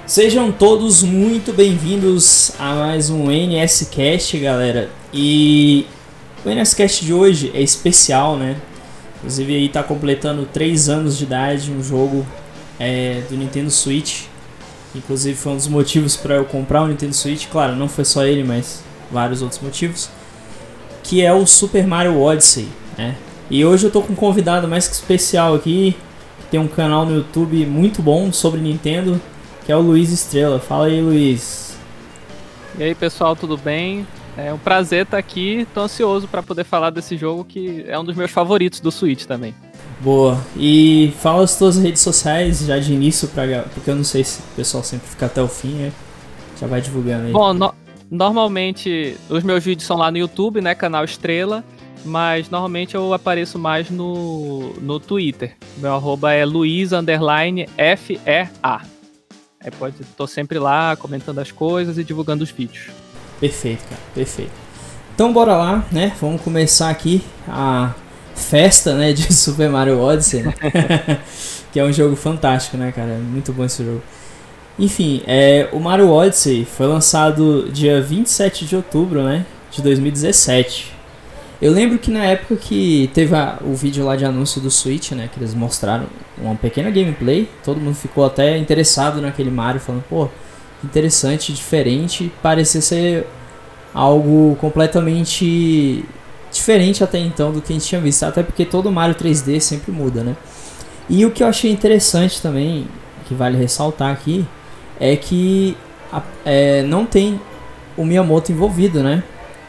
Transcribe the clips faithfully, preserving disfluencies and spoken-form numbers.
Sejam todos muito bem-vindos a mais um NSCast, galera. E o NSCast de hoje é especial, né? Inclusive aí tá completando três anos de idade, um jogo é, do Nintendo Switch. Inclusive foi um dos motivos para eu comprar o Nintendo Switch. Claro, não foi só ele, mas vários outros motivos. Que é o Super Mario Odyssey, né? E hoje eu tô com um convidado mais que especial aqui. Tem um canal no YouTube muito bom sobre Nintendo, que é o Luiz Estrela. Fala aí, Luiz. E aí, pessoal, tudo bem? É um prazer estar aqui. Tô ansioso para poder falar desse jogo que é um dos meus favoritos do Switch também. Boa. E fala as tuas redes sociais já de início, pra, porque eu não sei se o pessoal sempre fica até o fim, né? Já vai divulgando aí. Bom, no, normalmente os meus vídeos são lá no YouTube, né? Canal Estrela. Mas normalmente eu apareço mais no, no Twitter. Meu arroba é Luiz underline F E A. Aí pode, tô sempre lá comentando as coisas e divulgando os vídeos. Perfeito, cara, perfeito. Então bora lá, né? Vamos começar aqui a festa, né, de Super Mario Odyssey, né? Que é um jogo fantástico, né, cara? É muito bom esse jogo. Enfim, é, o Mario Odyssey foi lançado dia vinte e sete de outubro, né, de dois mil e dezessete. Eu lembro que na época que teve a, o vídeo lá de anúncio do Switch, né, que eles mostraram uma pequena gameplay, todo mundo ficou até interessado naquele Mario, falando, pô, interessante, diferente, parecia ser algo completamente diferente até então do que a gente tinha visto, até porque todo Mario três D sempre muda, né. E o que eu achei interessante também, que vale ressaltar aqui, é que a, é, não tem o Miyamoto envolvido, né.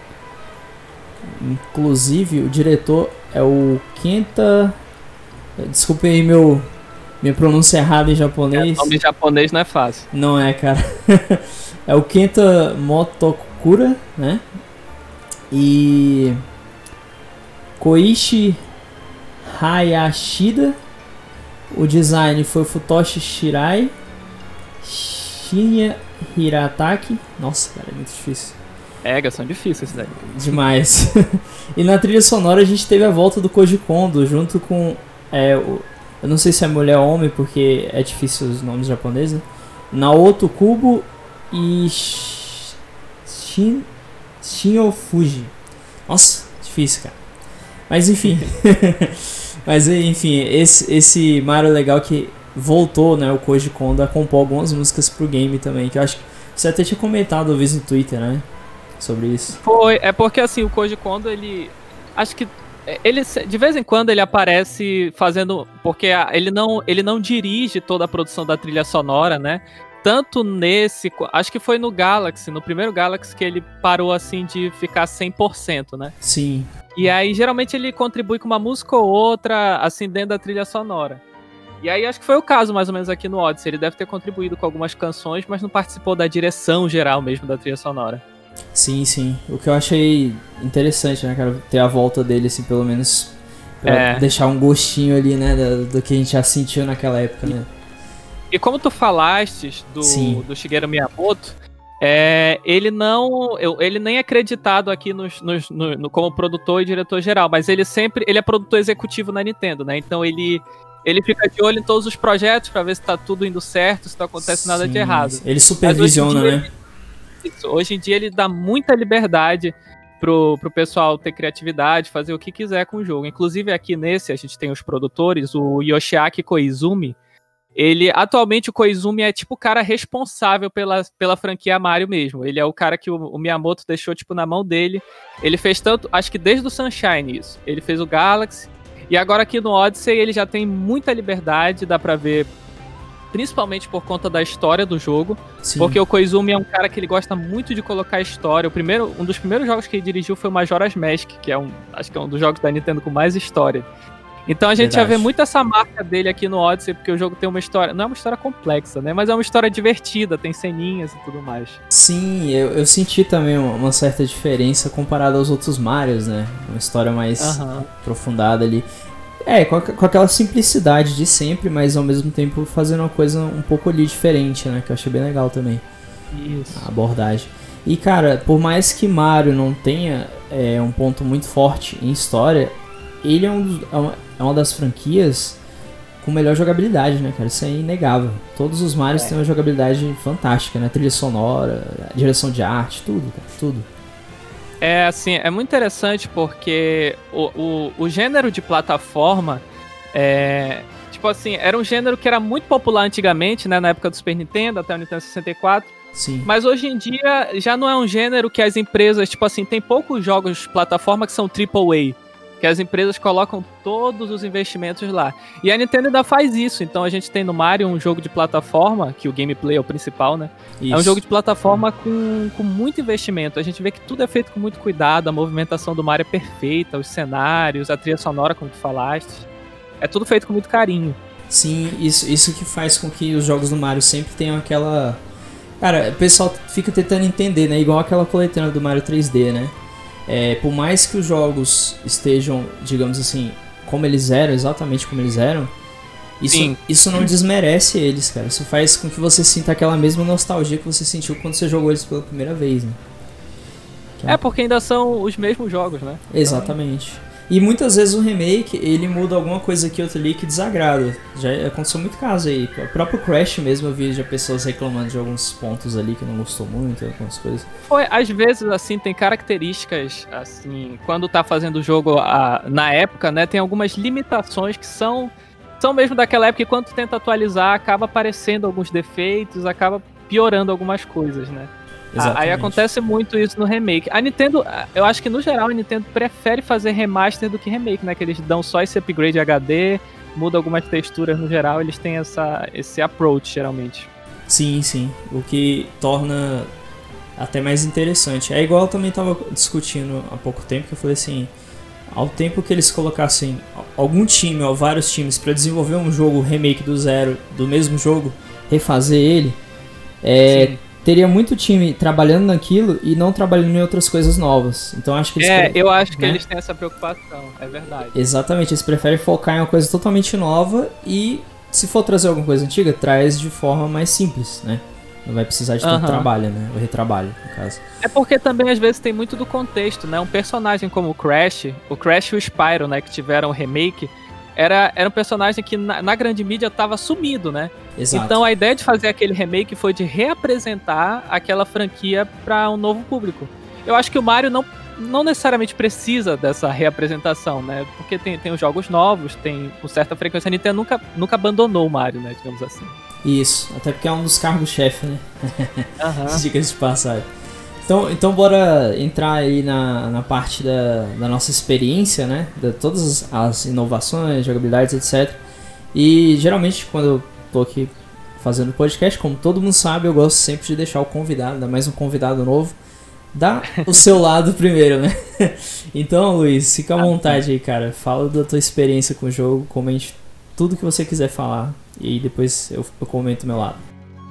Inclusive o diretor é o Kenta. Desculpe aí meu minha pronúncia errada em japonês. É, nome japonês não é fácil. Não é, cara. É o Kenta Motokura, né? E Koichi Hayashida. O design foi o Futoshi Shirai. Shinya Hirataki. Nossa, cara, é muito difícil. É, são difíceis esses daí. Demais. E na trilha sonora a gente teve a volta do Koji Kondo junto com é, o, eu não sei se é mulher ou homem porque é difícil os nomes japoneses, né? Naoto Kubo e Shin, Shinyo Fuji. Nossa, difícil, cara. Mas enfim. Mas enfim, esse, esse Mario legal que voltou, né, o Koji Kondo a compor algumas músicas pro game também, que eu acho que você até tinha comentado uma vez no Twitter, né? Sobre isso. Foi, é porque assim, o Koji Kondo, ele... Acho que ele, de vez em quando ele aparece fazendo... Porque ele não, ele não dirige toda a produção da trilha sonora, né? Tanto nesse... Acho que foi no Galaxy, no primeiro Galaxy, que ele parou assim de ficar cem por cento, né? Sim. E aí, geralmente, ele contribui com uma música ou outra, assim, dentro da trilha sonora. E aí, acho que foi o caso, mais ou menos, aqui no Odyssey. Ele deve ter contribuído com algumas canções, mas não participou da direção geral mesmo da trilha sonora. Sim, sim. O que eu achei interessante, né, cara? Ter a volta dele, assim, pelo menos pra é. deixar um gostinho ali, né, do, do que a gente já sentiu naquela época, né? E como tu falaste do, do Shigeru Miyamoto, é, ele não... Ele nem é creditado aqui nos, nos, no, no, como produtor e diretor geral, mas ele sempre... Ele é produtor executivo na Nintendo, né? Então ele... Ele fica de olho em todos os projetos pra ver se tá tudo indo certo, se não acontece sim, nada de errado. Ele supervisiona, né? Ele, Isso. Hoje em dia ele dá muita liberdade pro, pro pessoal ter criatividade, fazer o que quiser com o jogo. Inclusive aqui nesse a gente tem os produtores, o Yoshiaki Koizumi. Ele, atualmente o Koizumi é tipo o cara responsável pela, pela franquia Mario mesmo. Ele é o cara que o, o Miyamoto deixou tipo na mão dele. Ele fez tanto, acho que desde o Sunshine isso. Ele fez o Galaxy. E agora aqui no Odyssey ele já tem muita liberdade, dá pra ver... Principalmente por conta da história do jogo. Sim. Porque o Koizumi é um cara que ele gosta muito de colocar história. O primeiro, um dos primeiros jogos que ele dirigiu foi o Majora's Mask, que é um, acho que é um dos jogos da Nintendo com mais história. Então a gente Verdade. já vê muito essa marca dele aqui no Odyssey, porque o jogo tem uma história... Não é uma história complexa, né? Mas é uma história divertida, tem ceninhas e tudo mais. Sim, eu, eu senti também uma certa diferença comparado aos outros Marios, né? Uma história mais uhum. aprofundada ali. É, com, a, com aquela simplicidade de sempre, mas ao mesmo tempo fazendo uma coisa um pouco ali diferente, né? Que eu achei bem legal também. Isso. A abordagem. E, cara, por mais que Mario não tenha é, um ponto muito forte em história, ele é, um dos, é, uma, é uma das franquias com melhor jogabilidade, né, cara? Isso é inegável. Todos os Marios é. têm uma jogabilidade fantástica, né? Trilha sonora, direção de arte, tudo, cara, tudo. É, assim, é muito interessante porque o, o, o gênero de plataforma, é, tipo assim, era um gênero que era muito popular antigamente, né, na época do Super Nintendo, até o Nintendo sessenta e quatro. Sim. Mas hoje em dia já não é um gênero que as empresas, tipo assim, tem poucos jogos de plataforma que são triple A. Que as empresas colocam todos os investimentos lá. E a Nintendo ainda faz isso. Então a gente tem no Mario um jogo de plataforma, que o gameplay é o principal, né? Isso. É um jogo de plataforma com, com muito investimento. A gente vê que tudo é feito com muito cuidado, a movimentação do Mario é perfeita, os cenários, a trilha sonora, como tu falaste. É tudo feito com muito carinho. Sim, isso, isso que faz com que os jogos do Mario sempre tenham aquela... Cara, o pessoal fica tentando entender, né? Igual aquela coletânea do Mario três D, né? É, por mais que os jogos estejam, digamos assim, como eles eram, exatamente como eles eram, isso, isso não desmerece eles, cara. Isso faz com que você sinta aquela mesma nostalgia que você sentiu quando você jogou eles pela primeira vez, né? Então, é, porque ainda são os mesmos jogos, né? Exatamente. E muitas vezes o remake, ele muda alguma coisa aqui ou outra ali que desagrada. Já aconteceu muito caso aí. O próprio Crash mesmo, eu vi já pessoas reclamando de alguns pontos ali que não gostou muito, algumas coisas. Foi, às vezes, assim, tem características, assim, quando tá fazendo o jogo a, na época, né, tem algumas limitações que são, são mesmo daquela época, e quando tu tenta atualizar, acaba aparecendo alguns defeitos, acaba piorando algumas coisas, né? Exatamente. Aí acontece muito isso no remake. A Nintendo, eu acho que no geral a Nintendo prefere fazer remaster do que remake, né? Que eles dão só esse upgrade H D, muda algumas texturas no geral, eles têm essa, esse approach geralmente. Sim, sim. O que torna até mais interessante. É igual eu também tava discutindo há pouco tempo, que eu falei assim, ao tempo que eles colocassem algum time ou vários times para desenvolver um jogo remake do zero, do mesmo jogo, refazer ele, é... Sim. Teria muito time trabalhando naquilo e não trabalhando em outras coisas novas. Então acho que eles É, pre... eu acho né? que eles têm essa preocupação, é verdade. Exatamente, eles preferem focar em uma coisa totalmente nova e se for trazer alguma coisa antiga, traz de forma mais simples, né? Não vai precisar de tanto uh-huh. trabalho, né? O retrabalho, no caso. É porque também às vezes tem muito do contexto, né? Um personagem como o Crash, o Crash e o Spyro, né, que tiveram um remake, Era, era um personagem que na, na grande mídia tava sumido, né? Exato. Então a ideia de fazer aquele remake foi de reapresentar aquela franquia para um novo público. Eu acho que o Mario não, não necessariamente precisa dessa reapresentação, né? Porque tem, tem os jogos novos, tem com certa frequência. A Nintendo nunca, nunca abandonou o Mario, né? Digamos assim. Isso, até porque é um dos cargos-chefe, né? Uhum. Diga-se de passagem. Então, então bora entrar aí na, na parte da, da nossa experiência, né? De todas as inovações, jogabilidades, etcétera. E geralmente quando eu tô aqui fazendo podcast, como todo mundo sabe, eu gosto sempre de deixar o convidado, ainda mais um convidado novo, dar o seu lado primeiro, né? Então, Luiz, fica à vontade aí, cara. Fala da tua experiência com o jogo, comente tudo que você quiser falar e depois eu, eu comento o meu lado.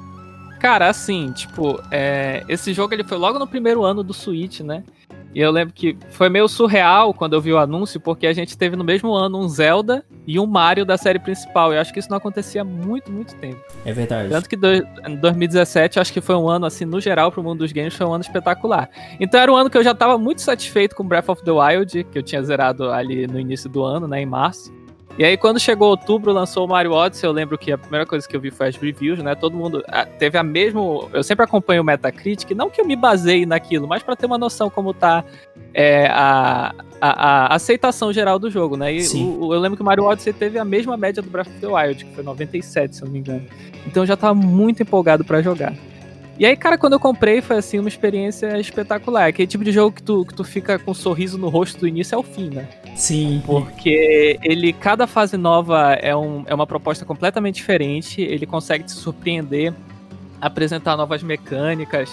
Cara, assim, tipo, é, esse jogo ele foi logo no primeiro ano do Switch, né? E eu lembro que foi meio surreal quando eu vi o anúncio, porque a gente teve no mesmo ano um Zelda e um Mario da série principal. Eu acho que isso não acontecia há muito, muito tempo. É verdade. Tanto que em dois mil e dezessete, eu acho que foi um ano, assim, no geral, pro mundo dos games, foi um ano espetacular. Então era um ano que eu já tava muito satisfeito com Breath of the Wild, que eu tinha zerado ali no início do ano, né, em março. E aí quando chegou outubro, lançou o Mario Odyssey, eu lembro que a primeira coisa que eu vi foi as reviews, né, todo mundo teve a mesma... Eu sempre acompanho o Metacritic, não que eu me baseie naquilo, mas pra ter uma noção como tá é, a, a, a aceitação geral do jogo, né, e o, eu lembro que o Mario Odyssey teve a mesma média do Breath of the Wild, que foi noventa e sete, se eu não me engano. Então eu já tava muito empolgado pra jogar. E aí, cara, quando eu comprei, foi assim, uma experiência espetacular. Aquele tipo de jogo que tu, que tu fica com um sorriso no rosto do início ao fim, né? Sim. Porque ele, cada fase nova é, um, é uma proposta completamente diferente, ele consegue te surpreender, apresentar novas mecânicas.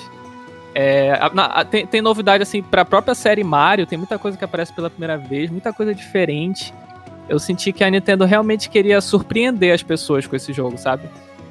É, a, a, tem, tem novidade, assim, pra própria série Mario, tem muita coisa que aparece pela primeira vez, muita coisa diferente. Eu senti que a Nintendo realmente queria surpreender as pessoas com esse jogo, sabe?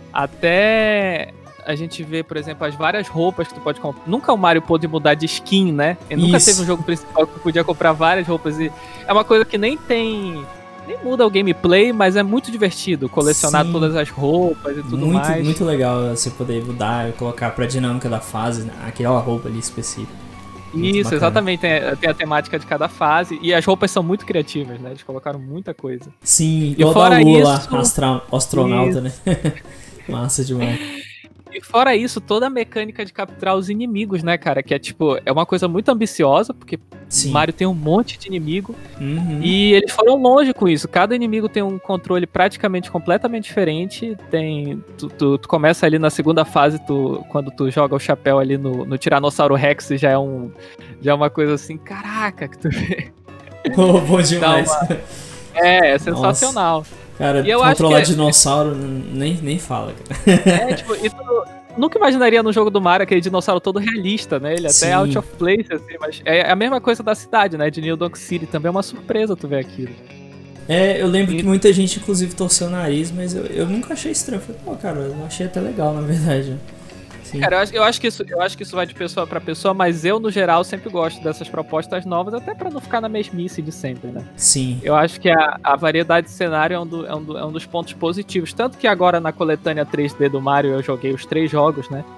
Até... a gente vê, por exemplo, as várias roupas que tu pode comprar. Nunca o Mario pôde mudar de skin, né? Ele nunca teve um jogo principal que tu podia comprar várias roupas. E é uma coisa que nem tem... nem muda o gameplay, mas é muito divertido colecionar Sim. todas as roupas e tudo muito, mais. Muito legal você poder mudar e colocar pra dinâmica da fase, né? Aquela roupa ali específica. Isso, bacana. Exatamente, tem, tem a temática de cada fase, e as roupas são muito criativas, né, eles colocaram muita coisa. Sim, igual da Lua isso, lá, astra, astronauta, isso. né? Massa demais. E fora isso, toda a mecânica de capturar os inimigos, né, cara? Que é tipo, é uma coisa muito ambiciosa, porque Sim. Mario tem um monte de inimigo. Uhum. E eles foram longe com isso. Cada inimigo tem um controle praticamente completamente diferente. Tem. Tu, tu, tu começa ali na segunda fase, tu, quando tu joga o chapéu ali no, no Tiranossauro Rex, já é um. Já é uma coisa assim, caraca, que tu vê. Oh, bom demais. Uma... É, é sensacional. Nossa. Cara, e eu controlar acho que... dinossauro nem, nem fala, cara. É, tipo, e tu nunca imaginaria no jogo do Mario aquele dinossauro todo realista, né? Ele Sim. até out of place, assim, mas é a mesma coisa da cidade, né? De New Donk City, também é uma surpresa tu ver aquilo. É, eu lembro e... que muita gente, inclusive, torceu o nariz, mas eu, eu nunca achei estranho. Falei, pô, cara, eu achei até legal, na verdade. Sim. Cara, eu acho, eu, acho que isso, eu acho que isso vai de pessoa pra pessoa, mas eu, no geral, sempre gosto dessas propostas novas, até pra não ficar na mesmice de sempre, né? Sim. Eu acho que a, a variedade de cenário é um, do, é, um do, é um dos pontos positivos. Tanto que agora, na coletânea três D do Mario, eu joguei os três jogos, né?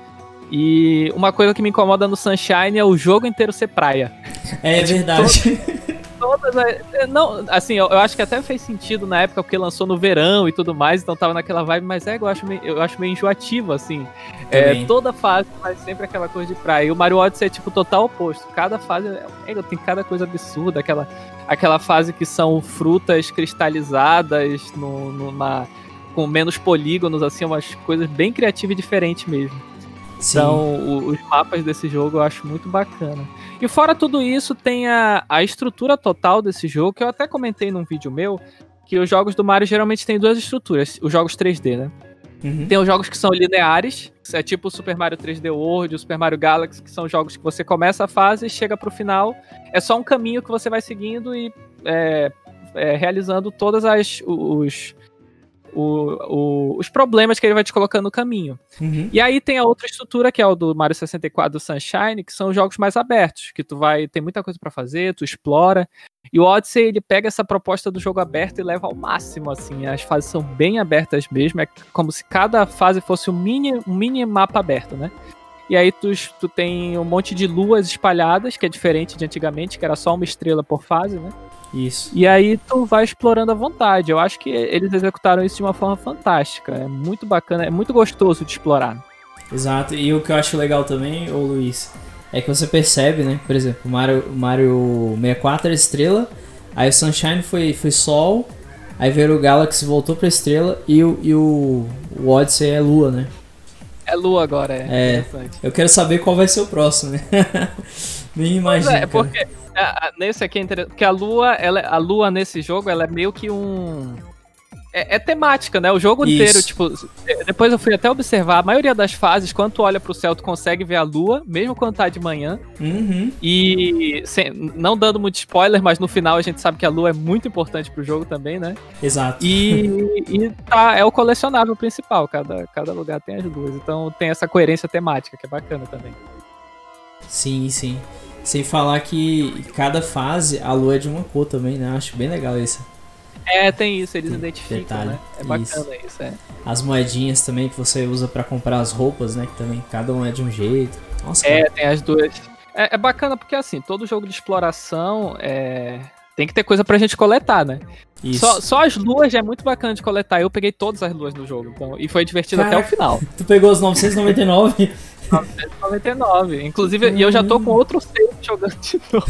E uma coisa que me incomoda no Sunshine é o jogo inteiro ser praia. É verdade. Todas as, não, assim, eu, eu acho que até fez sentido na época porque lançou no verão e tudo mais, então tava naquela vibe, mas é, eu acho meio, eu acho meio enjoativo, assim. É, toda fase faz sempre aquela coisa de praia. E o Mario Odyssey é tipo o total oposto. Cada fase é, tem cada coisa absurda, aquela, aquela fase que são frutas cristalizadas no, numa, com menos polígonos, assim, umas coisas bem criativas e diferentes mesmo. Sim. Então, o, os mapas desse jogo eu acho muito bacana. E fora tudo isso, tem a, a estrutura total desse jogo, que eu até comentei num vídeo meu, que os jogos do Mario geralmente têm duas estruturas, os jogos três D, né? Uhum. Tem os jogos que são lineares, é tipo o Super Mario três D World, o Super Mario Galaxy, que são jogos que você começa a fase e chega pro final, é só um caminho que você vai seguindo e é, é, realizando todas as... os O, o, os problemas que ele vai te colocando no caminho. Uhum. E aí tem a outra estrutura, que é o do Mario sessenta e quatro do Sunshine, que são os jogos mais abertos, que tu vai ter muita coisa pra fazer, tu explora. E o Odyssey, ele pega essa proposta do jogo aberto e leva ao máximo, assim. As fases são bem abertas mesmo, é como se cada fase fosse um mini, um mini mapa aberto, né? E aí tu, tu tem um monte de luas espalhadas, que é diferente de antigamente, que era só uma estrela por fase, né? Isso. E aí tu vai explorando à vontade. Eu acho que eles executaram isso de uma forma fantástica. É muito bacana, é muito gostoso de explorar. Exato. E o que eu acho legal também, ô Luiz, é que você percebe, né? Por exemplo, o Mario, Mario sessenta e quatro era estrela, aí o Sunshine foi, foi sol, aí veio o Galaxy, voltou pra estrela, e o, e o, o Odyssey é lua, né? É lua agora, é. É. Interessante. Eu quero saber qual vai ser o próximo, né? Nem imagino. É, porque a, a, nesse aqui é interessante, porque a lua, ela, a lua nesse jogo, ela é meio que um... É, é temática, né? O jogo Isso. inteiro, tipo... Depois eu fui até observar, a maioria das fases, quando tu olha pro céu, tu consegue ver a lua, mesmo quando tá de manhã. Uhum. E, sem, não dando muito spoiler, mas no final a gente sabe que a lua é muito importante pro jogo também, né? Exato. E, e tá, é o colecionável principal, cada, cada lugar tem as luas. Então tem essa coerência temática, que é bacana também. Sim, sim. Sem falar que cada fase a lua é de uma cor também, né? Eu acho bem legal isso. É, tem isso, eles tem identificam, detalhe. Né? É bacana isso. isso, é. As moedinhas também que você usa pra comprar as roupas, né? Que também cada uma é de um jeito. Nossa, é, cara. tem as duas. É, é bacana porque, assim, todo jogo de exploração é... tem que ter coisa pra gente coletar, né? Isso. Só, só as luas já é muito bacana de coletar. Eu peguei todas as luas no jogo, então, e foi divertido Caraca, até o final. Tu pegou os novecentos e noventa e nove? novecentos e noventa e nove. Inclusive, hum. e eu já tô com outro save jogando de novo.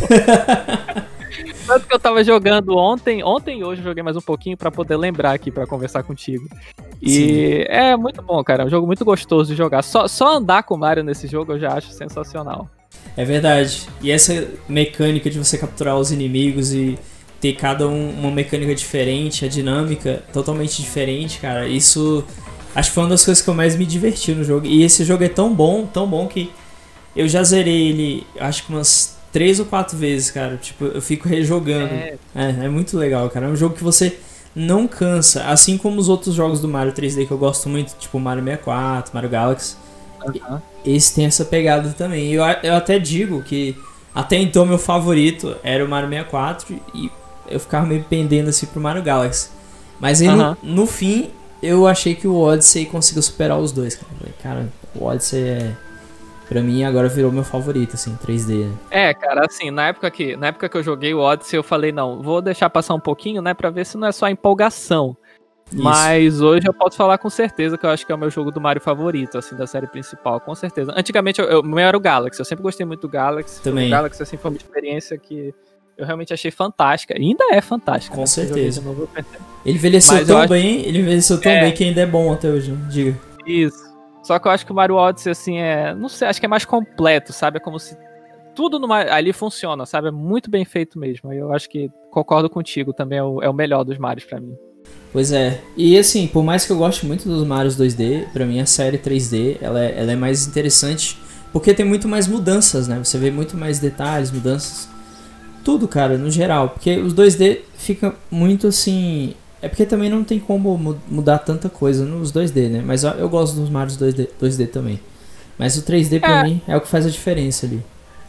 Tanto que eu tava jogando ontem, ontem e hoje eu joguei mais um pouquinho pra poder lembrar aqui, pra conversar contigo. E Sim. é muito bom, cara, é um jogo muito gostoso de jogar. Só, só andar com o Mario nesse jogo eu já acho sensacional. É verdade. E essa mecânica de você capturar os inimigos e ter cada um uma mecânica diferente, a dinâmica totalmente diferente, cara, isso acho que foi uma das coisas que eu mais me diverti no jogo. E esse jogo é tão bom, tão bom que eu já zerei ele, acho que umas três ou quatro vezes, cara. Tipo, eu fico rejogando. É. É, é muito legal, cara. É um jogo que você não cansa. Assim como os outros jogos do Mario três D que eu gosto muito, tipo Mario sessenta e quatro, Mario Galaxy. Uh-huh. Esse tem essa pegada também. Eu, eu até digo que até então meu favorito era o Mario sessenta e quatro e eu ficava meio pendendo assim pro Mario Galaxy. Mas aí uh-huh. no, no fim eu achei que o Odyssey conseguiu superar os dois, cara. Cara, o Odyssey é... pra mim agora virou meu favorito, assim, três D. Né? É, cara, assim, na época, que, na época que eu joguei o Odyssey, eu falei, não, vou deixar passar um pouquinho, né, pra ver se não é só empolgação. Isso. Mas hoje eu posso falar com certeza que eu acho que é o meu jogo do Mario favorito, assim, da série principal, com certeza. Antigamente, eu, eu, o meu era o Galaxy, eu sempre gostei muito do Galaxy. Também. O Galaxy, assim, foi uma experiência que eu realmente achei fantástica, e ainda é fantástica. Com né? certeza. Novo, ele envelheceu Mas tão acho... bem, ele envelheceu tão é... bem que ainda é bom até hoje, né? Diga. Isso. Só que eu acho que o Mario Odyssey, assim, é... Não sei, acho que é mais completo, sabe? É como se tudo no... ali funciona, sabe? É muito bem feito mesmo. Eu acho que concordo contigo, também é o, é o melhor dos Marios pra mim. Pois é, e assim, por mais que eu goste muito dos Marios dois D, pra mim a série três D, ela é, ela é mais interessante, porque tem muito mais mudanças, né? Você vê muito mais detalhes, mudanças, tudo, cara, no geral, porque os dois D fica muito assim, é porque também não tem como mudar tanta coisa nos dois D, né? Mas eu gosto dos Marios dois D, dois D também, mas o três D pra é. mim é o que faz a diferença ali.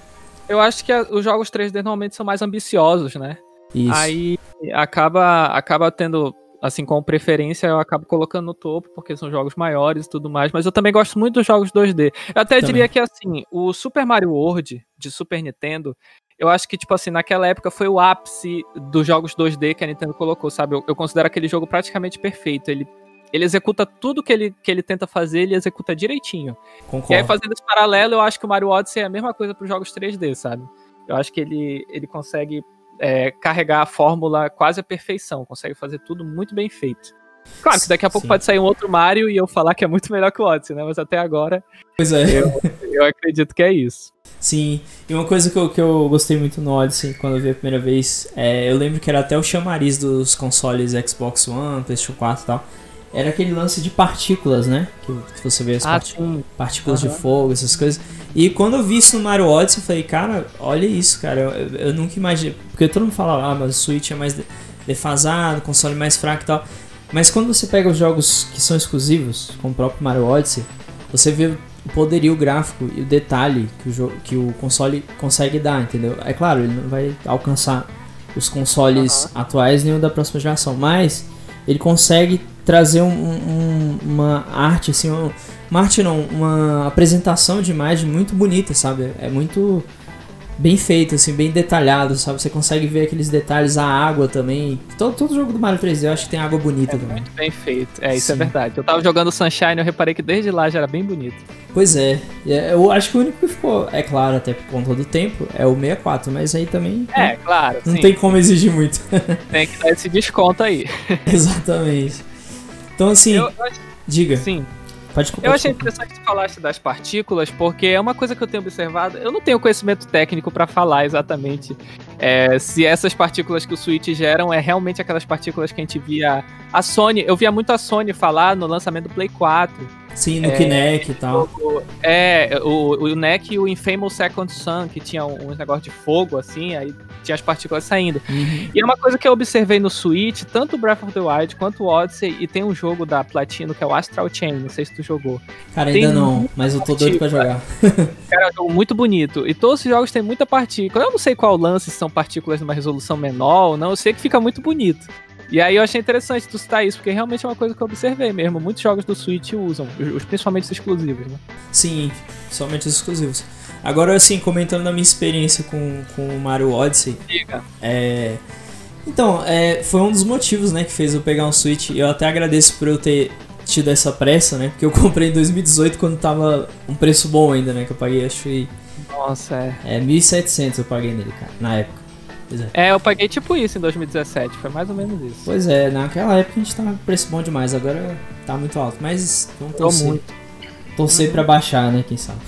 Eu acho que a, os jogos três D normalmente são mais ambiciosos, né? Isso. Aí acaba, acaba tendo... Assim, com preferência, eu acabo colocando no topo, porque são jogos maiores e tudo mais, mas eu também gosto muito dos jogos dois D. Eu até também. diria que, assim, o Super Mario World, de Super Nintendo, eu acho que, tipo assim, naquela época foi o ápice dos jogos dois D que a Nintendo colocou, sabe? Eu, eu considero aquele jogo praticamente perfeito. Ele, ele executa tudo que ele, que ele tenta fazer, ele executa direitinho. Concordo. E aí, fazendo esse paralelo, eu acho que o Mario Odyssey é a mesma coisa para os jogos três D, sabe? Eu acho que ele, ele consegue... É, carregar a fórmula quase à perfeição, consegue fazer tudo muito bem feito. Claro que daqui a pouco Sim. pode sair um outro Mario e eu falar que é muito melhor que o Odyssey, né? Mas até agora pois é. eu, eu acredito que é isso. Sim, e uma coisa que eu, que eu gostei muito no Odyssey quando eu vi a primeira vez, é, eu lembro que era até o chamariz dos consoles Xbox One, PlayStation quatro e tal, era aquele lance de partículas, né? Que, que você vê as ah, part... partículas uhum. de fogo, essas coisas. E quando eu vi isso no Mario Odyssey, eu falei, cara, olha isso, cara. Eu, eu, eu nunca imaginei. Porque todo mundo fala, ah, mas o Switch é mais defasado, o console é mais fraco e tal. Mas quando você pega os jogos que são exclusivos, como o próprio Mario Odyssey, você vê o poderio gráfico e o detalhe que o, jogo, que o console consegue dar, entendeu? É claro, ele não vai alcançar os consoles uhum. atuais nem o da próxima geração, mas ele consegue trazer um, um, uma arte, assim, uma, uma arte não, uma apresentação de imagem muito bonita, sabe? É muito bem feito, assim, bem detalhado, sabe? Você consegue ver aqueles detalhes, a água também. Todo, todo jogo do Mario três D eu acho que tem água bonita é também. Muito bem feito, é, isso Sim. é verdade. Eu tava jogando Sunshine e eu reparei que desde lá já era bem bonito. Pois é, eu acho que o único que ficou, é claro, até por conta do tempo, é o sessenta e quatro, mas aí também... É, né? claro. Não sim. tem como exigir muito. Tem que dar esse desconto aí. Exatamente. Então, assim, eu, eu acho... diga. Sim. Pode, pode eu achei interessante que tu falaste das partículas, porque é uma coisa que eu tenho observado. Eu não tenho conhecimento técnico para falar exatamente é, se essas partículas que o Switch geram é realmente aquelas partículas que a gente via a Sony. Eu via muito a Sony falar no lançamento do Play quatro. Sim, no é, Kinect e tal. O, é, o, o N E C e o Infamous Second Son, que tinha um, um negócio de fogo, assim, aí tinha as partículas saindo. Uhum. E é uma coisa que eu observei no Switch, tanto o Breath of the Wild quanto o Odyssey, e tem um jogo da Platino que é o Astral Chain, não sei se tu jogou. Cara, tem ainda não, mas eu tô doido pra jogar. Cara, é um jogo muito bonito. E todos os jogos têm muita partícula. Eu não sei qual lance, se são partículas numa resolução menor ou não, eu sei que fica muito bonito. E aí eu achei interessante tu citar isso, porque realmente é uma coisa que eu observei mesmo. Muitos jogos do Switch usam, os, principalmente os exclusivos, né? Sim, somente os exclusivos. Agora, assim, comentando a minha experiência com, com o Mario Odyssey. Diga. É... Então, é, foi um dos motivos, né, que fez eu pegar um Switch. E eu até agradeço por eu ter tido essa pressa, né? Porque eu comprei em dois mil e dezoito quando tava um preço bom ainda, né? Que eu paguei, acho que... Nossa, é... É, mil e setecentos eu paguei nele, cara, na época. É. é, eu paguei tipo isso em dois mil e dezessete, foi mais ou menos isso. Pois é, naquela época a gente tava com preço bom demais, agora tá muito alto, mas vamos torcer, muito. torcer uhum. pra baixar, né, quem sabe.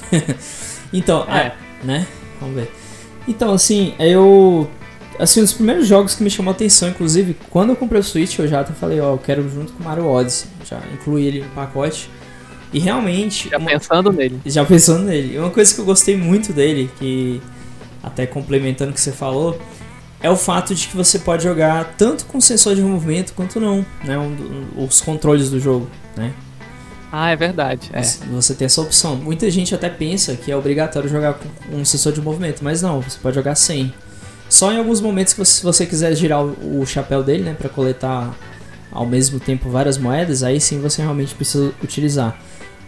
Então, é. é, né, vamos ver. Então, assim, eu, assim, um dos primeiros jogos que me chamou a atenção, inclusive, quando eu comprei o Switch, eu já até falei, ó, eu quero junto com o Mario Odyssey, já incluí ele no pacote, e realmente... Já uma, pensando nele. Já pensando nele. Uma coisa que eu gostei muito dele, que até complementando o que você falou, é o fato de que você pode jogar tanto com sensor de movimento quanto não, né? Um, um, os controles do jogo, né? Ah, é verdade. É. Você tem essa opção. Muita gente até pensa que é obrigatório jogar com um sensor de movimento, mas não, você pode jogar sem. Só em alguns momentos que você, se você quiser girar o, o chapéu dele, né? Pra coletar ao mesmo tempo várias moedas, aí sim você realmente precisa utilizar.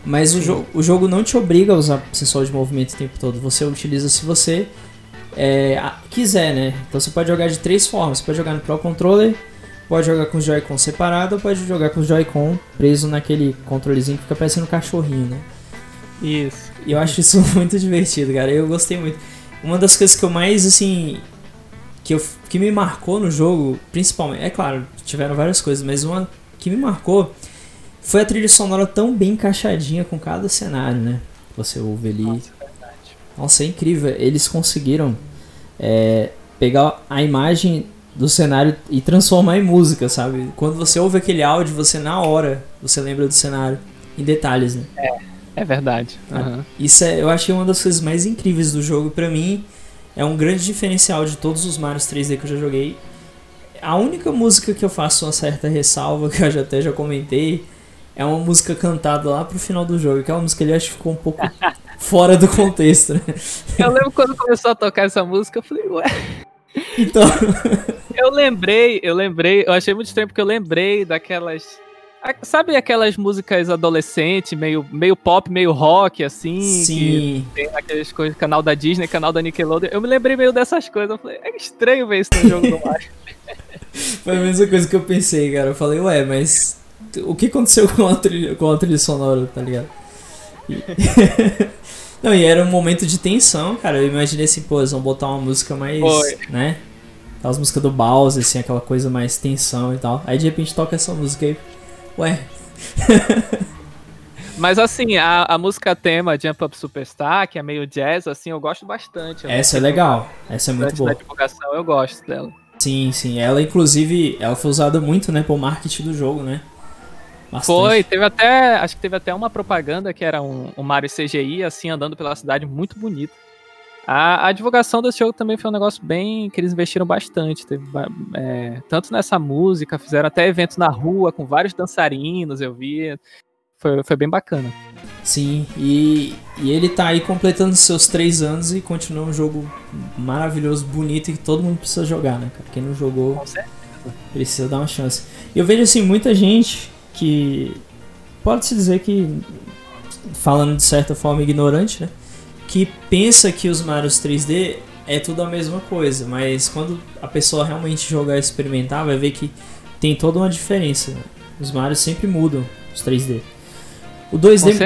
Mas o, jo- o jogo não te obriga a usar sensor de movimento o tempo todo. Você utiliza se você é, a- quiser, né? Então você pode jogar de três formas. Você pode jogar no Pro Controller, pode jogar com o Joy-Con separado, ou pode jogar com o Joy-Con preso naquele controlezinho que fica parecendo um cachorrinho, né? Isso. E eu acho isso muito divertido, cara. Eu gostei muito. Uma das coisas que eu mais, assim... Que, eu, que me marcou no jogo, principalmente... É claro, tiveram várias coisas, mas uma que me marcou foi a trilha sonora tão bem encaixadinha com cada cenário, né? Você ouve ali... Nossa, é verdade. Nossa, é incrível. Eles conseguiram é, pegar a imagem do cenário e transformar em música, sabe? Quando você ouve aquele áudio, você na hora, você lembra do cenário em detalhes, né? É. É verdade. Uhum. Isso é, eu achei uma das coisas mais incríveis do jogo. Pra mim, é um grande diferencial de todos os Marios três D que eu já joguei. A única música que eu faço uma certa ressalva, que eu já até já comentei, é uma música cantada lá pro final do jogo. Aquela música ali eu acho que ficou um pouco fora do contexto, né? Eu lembro quando começou a tocar essa música, eu falei, ué... Então... eu lembrei, eu lembrei, eu achei muito estranho porque eu lembrei daquelas... Sabe aquelas músicas adolescentes, meio, meio pop, meio rock, assim? Sim. Que tem aquelas coisas, canal da Disney, canal da Nickelodeon. Eu me lembrei meio dessas coisas. Eu falei, é estranho ver isso no jogo do Mario. Foi a mesma coisa que eu pensei, cara. Eu falei, ué, mas o que aconteceu com a trilha, com a trilha sonora, tá ligado? E... Não, e era um momento de tensão, cara. Eu imaginei assim, pô, eles vão botar uma música mais, Foi. né? Aquelas músicas do Bowser, assim, aquela coisa mais tensão e tal. Aí de repente toca essa música aí. Ué. Mas assim, a, a música tema Jump Up Superstar, que é meio jazz, assim, eu gosto bastante. Eu Essa é legal, essa é muito boa. Na divulgação eu gosto dela. Sim, sim. Ela, inclusive, ela foi usada muito, né, pro marketing do jogo, né? Bastante. Foi, teve até, acho que teve até uma propaganda que era um, um Mario C G I, assim, andando pela cidade, muito bonito. A, a divulgação desse jogo também foi um negócio bem... que eles investiram bastante. Teve, é, tanto nessa música, fizeram até eventos na rua com vários dançarinos, eu vi. Foi, foi bem bacana. Sim, e, e ele tá aí completando seus três anos e continua um jogo maravilhoso, bonito e que todo mundo precisa jogar, né, cara? Quem não jogou precisa dar uma chance. E eu vejo, assim, muita gente que... Pode-se dizer que, falando de certa forma ignorante, né? Que pensa que os Marios três D é tudo a mesma coisa, mas quando a pessoa realmente jogar e experimentar, vai ver que tem toda uma diferença, né? Os Marios sempre mudam, os três D. O dois D,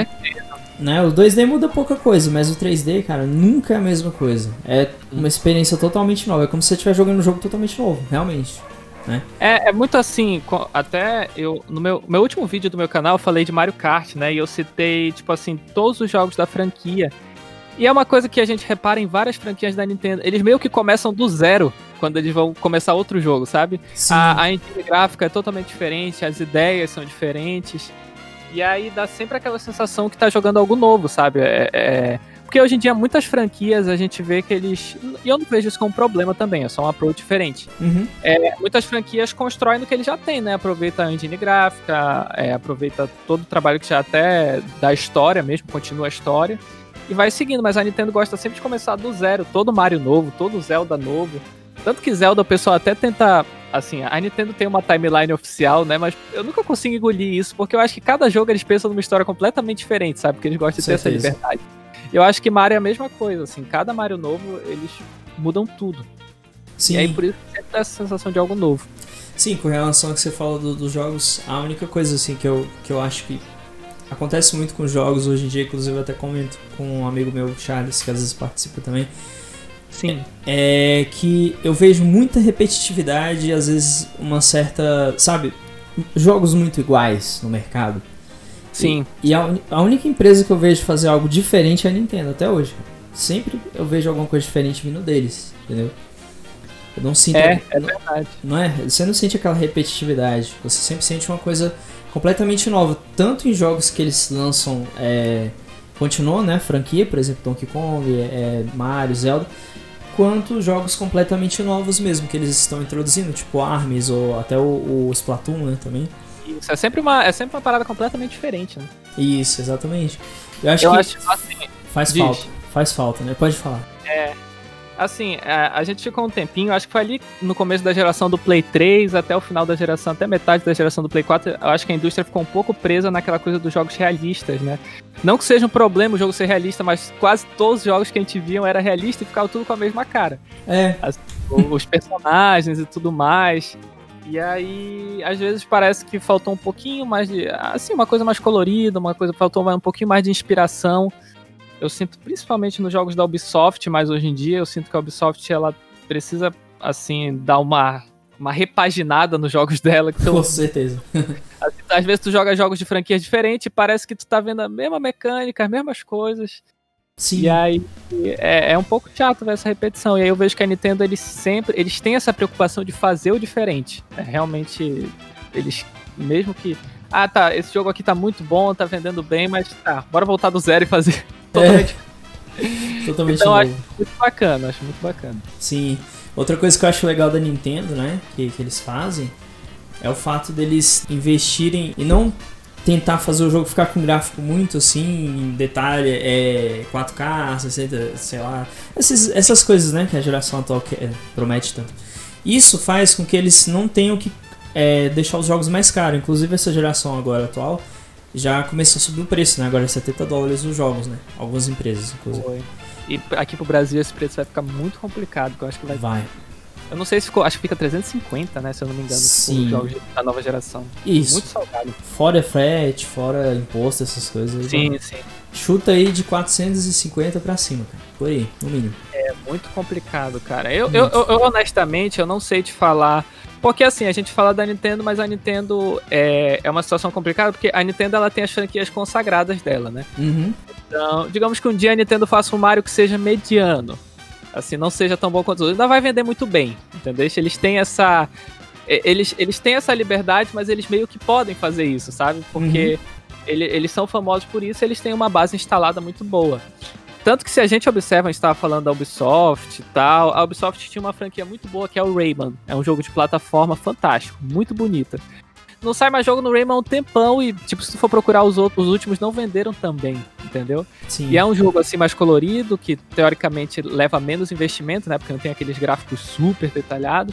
né? O dois D muda pouca coisa, mas o três D, cara, nunca é a mesma coisa. É uma experiência totalmente nova, é como se você estivesse jogando um jogo totalmente novo, realmente. Né? É, é muito assim, até eu no meu, meu último vídeo do meu canal eu falei de Mario Kart, né? E eu citei, tipo assim, todos os jogos da franquia. E é uma coisa que a gente repara em várias franquias da Nintendo. Eles meio que começam do zero quando eles vão começar outro jogo, sabe? A, a engine gráfica é totalmente diferente, as ideias são diferentes. E aí dá sempre aquela sensação que tá jogando algo novo, sabe? É, é... Porque hoje em dia muitas franquias a gente vê que eles... E eu não vejo isso como um problema também, é só um approach diferente. Uhum. É, muitas franquias constroem no que eles já têm, né? Aproveita a engine gráfica, é, aproveita todo o trabalho que já até da história mesmo, continua a história. E vai seguindo, mas a Nintendo gosta sempre de começar do zero, todo Mario novo, todo Zelda novo. Tanto que Zelda o pessoal até tenta, assim, a Nintendo tem uma timeline oficial, né, mas eu nunca consigo engolir isso, porque eu acho que cada jogo eles pensam numa história completamente diferente, sabe, porque eles gostam de ter essa liberdade. Eu acho que Mario é a mesma coisa, assim, cada Mario novo, eles mudam tudo. Sim. E aí por isso sempre dá essa sensação de algo novo. Sim, com relação ao que você fala do, dos jogos, a única coisa, assim, que eu, que eu acho que acontece muito com jogos hoje em dia, inclusive eu até comento com um amigo meu, Charles, que às vezes participa também. Sim. É que eu vejo muita repetitividade e às vezes uma certa, sabe, jogos muito iguais no mercado. Sim. E, e a, a única empresa que eu vejo fazer algo diferente é a Nintendo, até hoje. Sempre eu vejo alguma coisa diferente vindo deles, entendeu? Eu não sinto... É, é verdade. Não é? Você não sente aquela repetitividade, você sempre sente uma coisa completamente nova, tanto em jogos que eles lançam, é, continuam, né, franquia, por exemplo, Donkey Kong, é, Mario, Zelda, quanto jogos completamente novos mesmo, que eles estão introduzindo, tipo Arms ou até o, o Splatoon, né, também. Isso, é sempre, uma, é sempre uma parada completamente diferente, né? Isso, exatamente. Eu acho Eu que acho, assim, faz diz. falta, faz falta, né, pode falar. É... Assim, a, a gente ficou um tempinho, acho que foi ali no começo da geração do Play três, até o final da geração, até metade da geração do Play quatro, eu acho que a indústria ficou um pouco presa naquela coisa dos jogos realistas, né? Não que seja um problema o jogo ser realista, mas quase todos os jogos que a gente via eram realistas e ficavam tudo com a mesma cara. É. As, os personagens e tudo mais. E aí, às vezes parece que faltou um pouquinho mais de... Assim, uma coisa mais colorida, uma coisa faltou um pouquinho mais de inspiração. Eu sinto principalmente nos jogos da Ubisoft, mas hoje em dia eu sinto que a Ubisoft ela precisa, assim, dar uma, uma repaginada nos jogos dela. Que Com eu, certeza. Assim, às vezes tu joga jogos de franquias diferentes e parece que tu tá vendo a mesma mecânica, as mesmas coisas. Sim. E aí é, é um pouco chato ver essa repetição. E aí eu vejo que a Nintendo, eles sempre eles têm essa preocupação de fazer o diferente. É, realmente, eles, mesmo que... Ah, tá, esse jogo aqui tá muito bom, tá vendendo bem, mas tá, bora voltar do zero e fazer... Totalmente, é, totalmente então, novo. Acho muito bacana, acho muito bacana. Sim. Outra coisa que eu acho legal da Nintendo, né, que, que eles fazem, é o fato deles investirem e não tentar fazer o jogo ficar com um gráfico muito assim, em detalhe, é quatro K, sessenta, sei lá, essas, essas coisas, né, que a geração atual que, é, promete tanto. Isso faz com que eles não tenham que é, deixar os jogos mais caros. Inclusive essa geração agora atual já começou a subir o preço, né? Agora é setenta dólares os jogos, né? Algumas empresas, inclusive. Foi. E aqui pro Brasil esse preço vai ficar muito complicado, porque eu acho que vai... Vai. Eu não sei se ficou... Acho que fica trezentos e cinquenta, né? Se eu não me engano, Sim. os jogos da nova geração. Isso. Muito salgado. Fora frete, fora imposto, essas coisas. Sim, né? sim. Chuta aí de quatrocentos e cinquenta pra cima, cara. Por aí, no mínimo. É muito complicado, cara. Eu, eu, eu, eu honestamente, eu não sei te falar... Porque assim, a gente fala da Nintendo, mas a Nintendo é, é uma situação complicada, porque a Nintendo ela tem as franquias consagradas dela, né? Uhum. Então, digamos que um dia a Nintendo faça um Mario que seja mediano. Assim, não seja tão bom quanto os outros. Ainda vai vender muito bem, entendeu? Eles têm essa... Eles, eles têm essa liberdade, mas eles meio que podem fazer isso, sabe? Porque uhum. ele, eles são famosos por isso e eles têm uma base instalada muito boa. Tanto que se a gente observa, a gente estava falando da Ubisoft e tal, a Ubisoft tinha uma franquia muito boa que é o Rayman. É um jogo de plataforma fantástico, muito bonita. Não sai mais jogo no Rayman há um tempão e, tipo, se tu for procurar os outros, os últimos não venderam também, entendeu? Sim. E é um jogo, assim, mais colorido, que teoricamente leva menos investimento, né? Porque não tem aqueles gráficos super detalhados,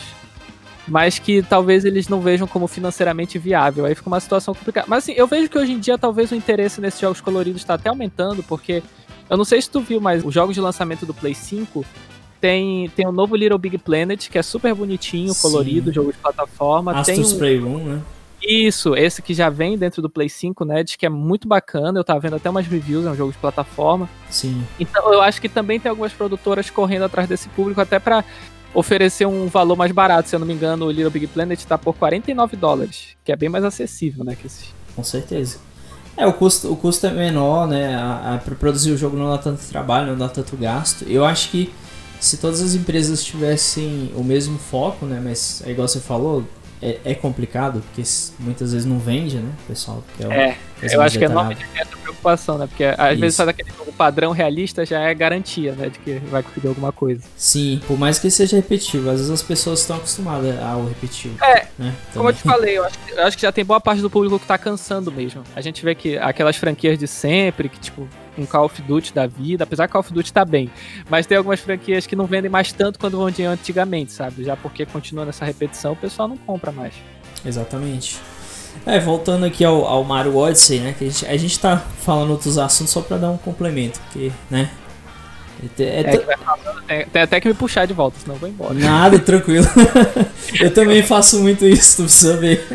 mas que talvez eles não vejam como financeiramente viável. Aí fica uma situação complicada. Mas, assim, eu vejo que hoje em dia talvez o interesse nesses jogos coloridos está até aumentando, porque... Eu não sei se tu viu, mas os jogos de lançamento do Play cinco tem, tem o novo Little Big Planet, que é super bonitinho, Sim. colorido, jogo de plataforma. Astros tem um... Playroom, né? Isso, esse que já vem dentro do Play cinco, né? Diz que é muito bacana, eu tava vendo até umas reviews, é um jogo de plataforma. Sim. Então eu acho que também tem algumas produtoras correndo atrás desse público, até pra oferecer um valor mais barato. Se eu não me engano, o Little Big Planet tá por quarenta e nove dólares, que é bem mais acessível, né? Que esse... Com certeza. É, o custo, o custo é menor, né? A, a, para produzir o jogo não dá tanto trabalho, não dá tanto gasto. Eu acho que se todas as empresas tivessem o mesmo foco, né? Mas é igual você falou, é, é complicado, porque muitas vezes não vende, né, pessoal? É, é eu acho detalhado. Que é normalmente essa preocupação, né? Porque às Isso. vezes faz aquele jogo padrão realista já é garantia, né? De que vai conseguir alguma coisa. Sim, por mais que seja repetitivo, às vezes as pessoas estão acostumadas ao repetitivo. É, né? Como eu te falei, eu acho, que, eu acho que já tem boa parte do público que tá cansando mesmo. A gente vê que aquelas franquias de sempre, que tipo, um Call of Duty da vida, apesar que Call of Duty tá bem, mas tem algumas franquias que não vendem mais tanto quanto vendiam antigamente, sabe? Já porque continua nessa repetição, o pessoal não compra mais. Exatamente. É, voltando aqui ao, ao Mario Odyssey, né, que a gente, a gente tá falando outros assuntos só pra dar um complemento, porque, né... É, é, é, t... tem, tem até que me puxar de volta, senão eu vou embora. Nada, tranquilo. Eu também faço muito isso, tu precisa ver.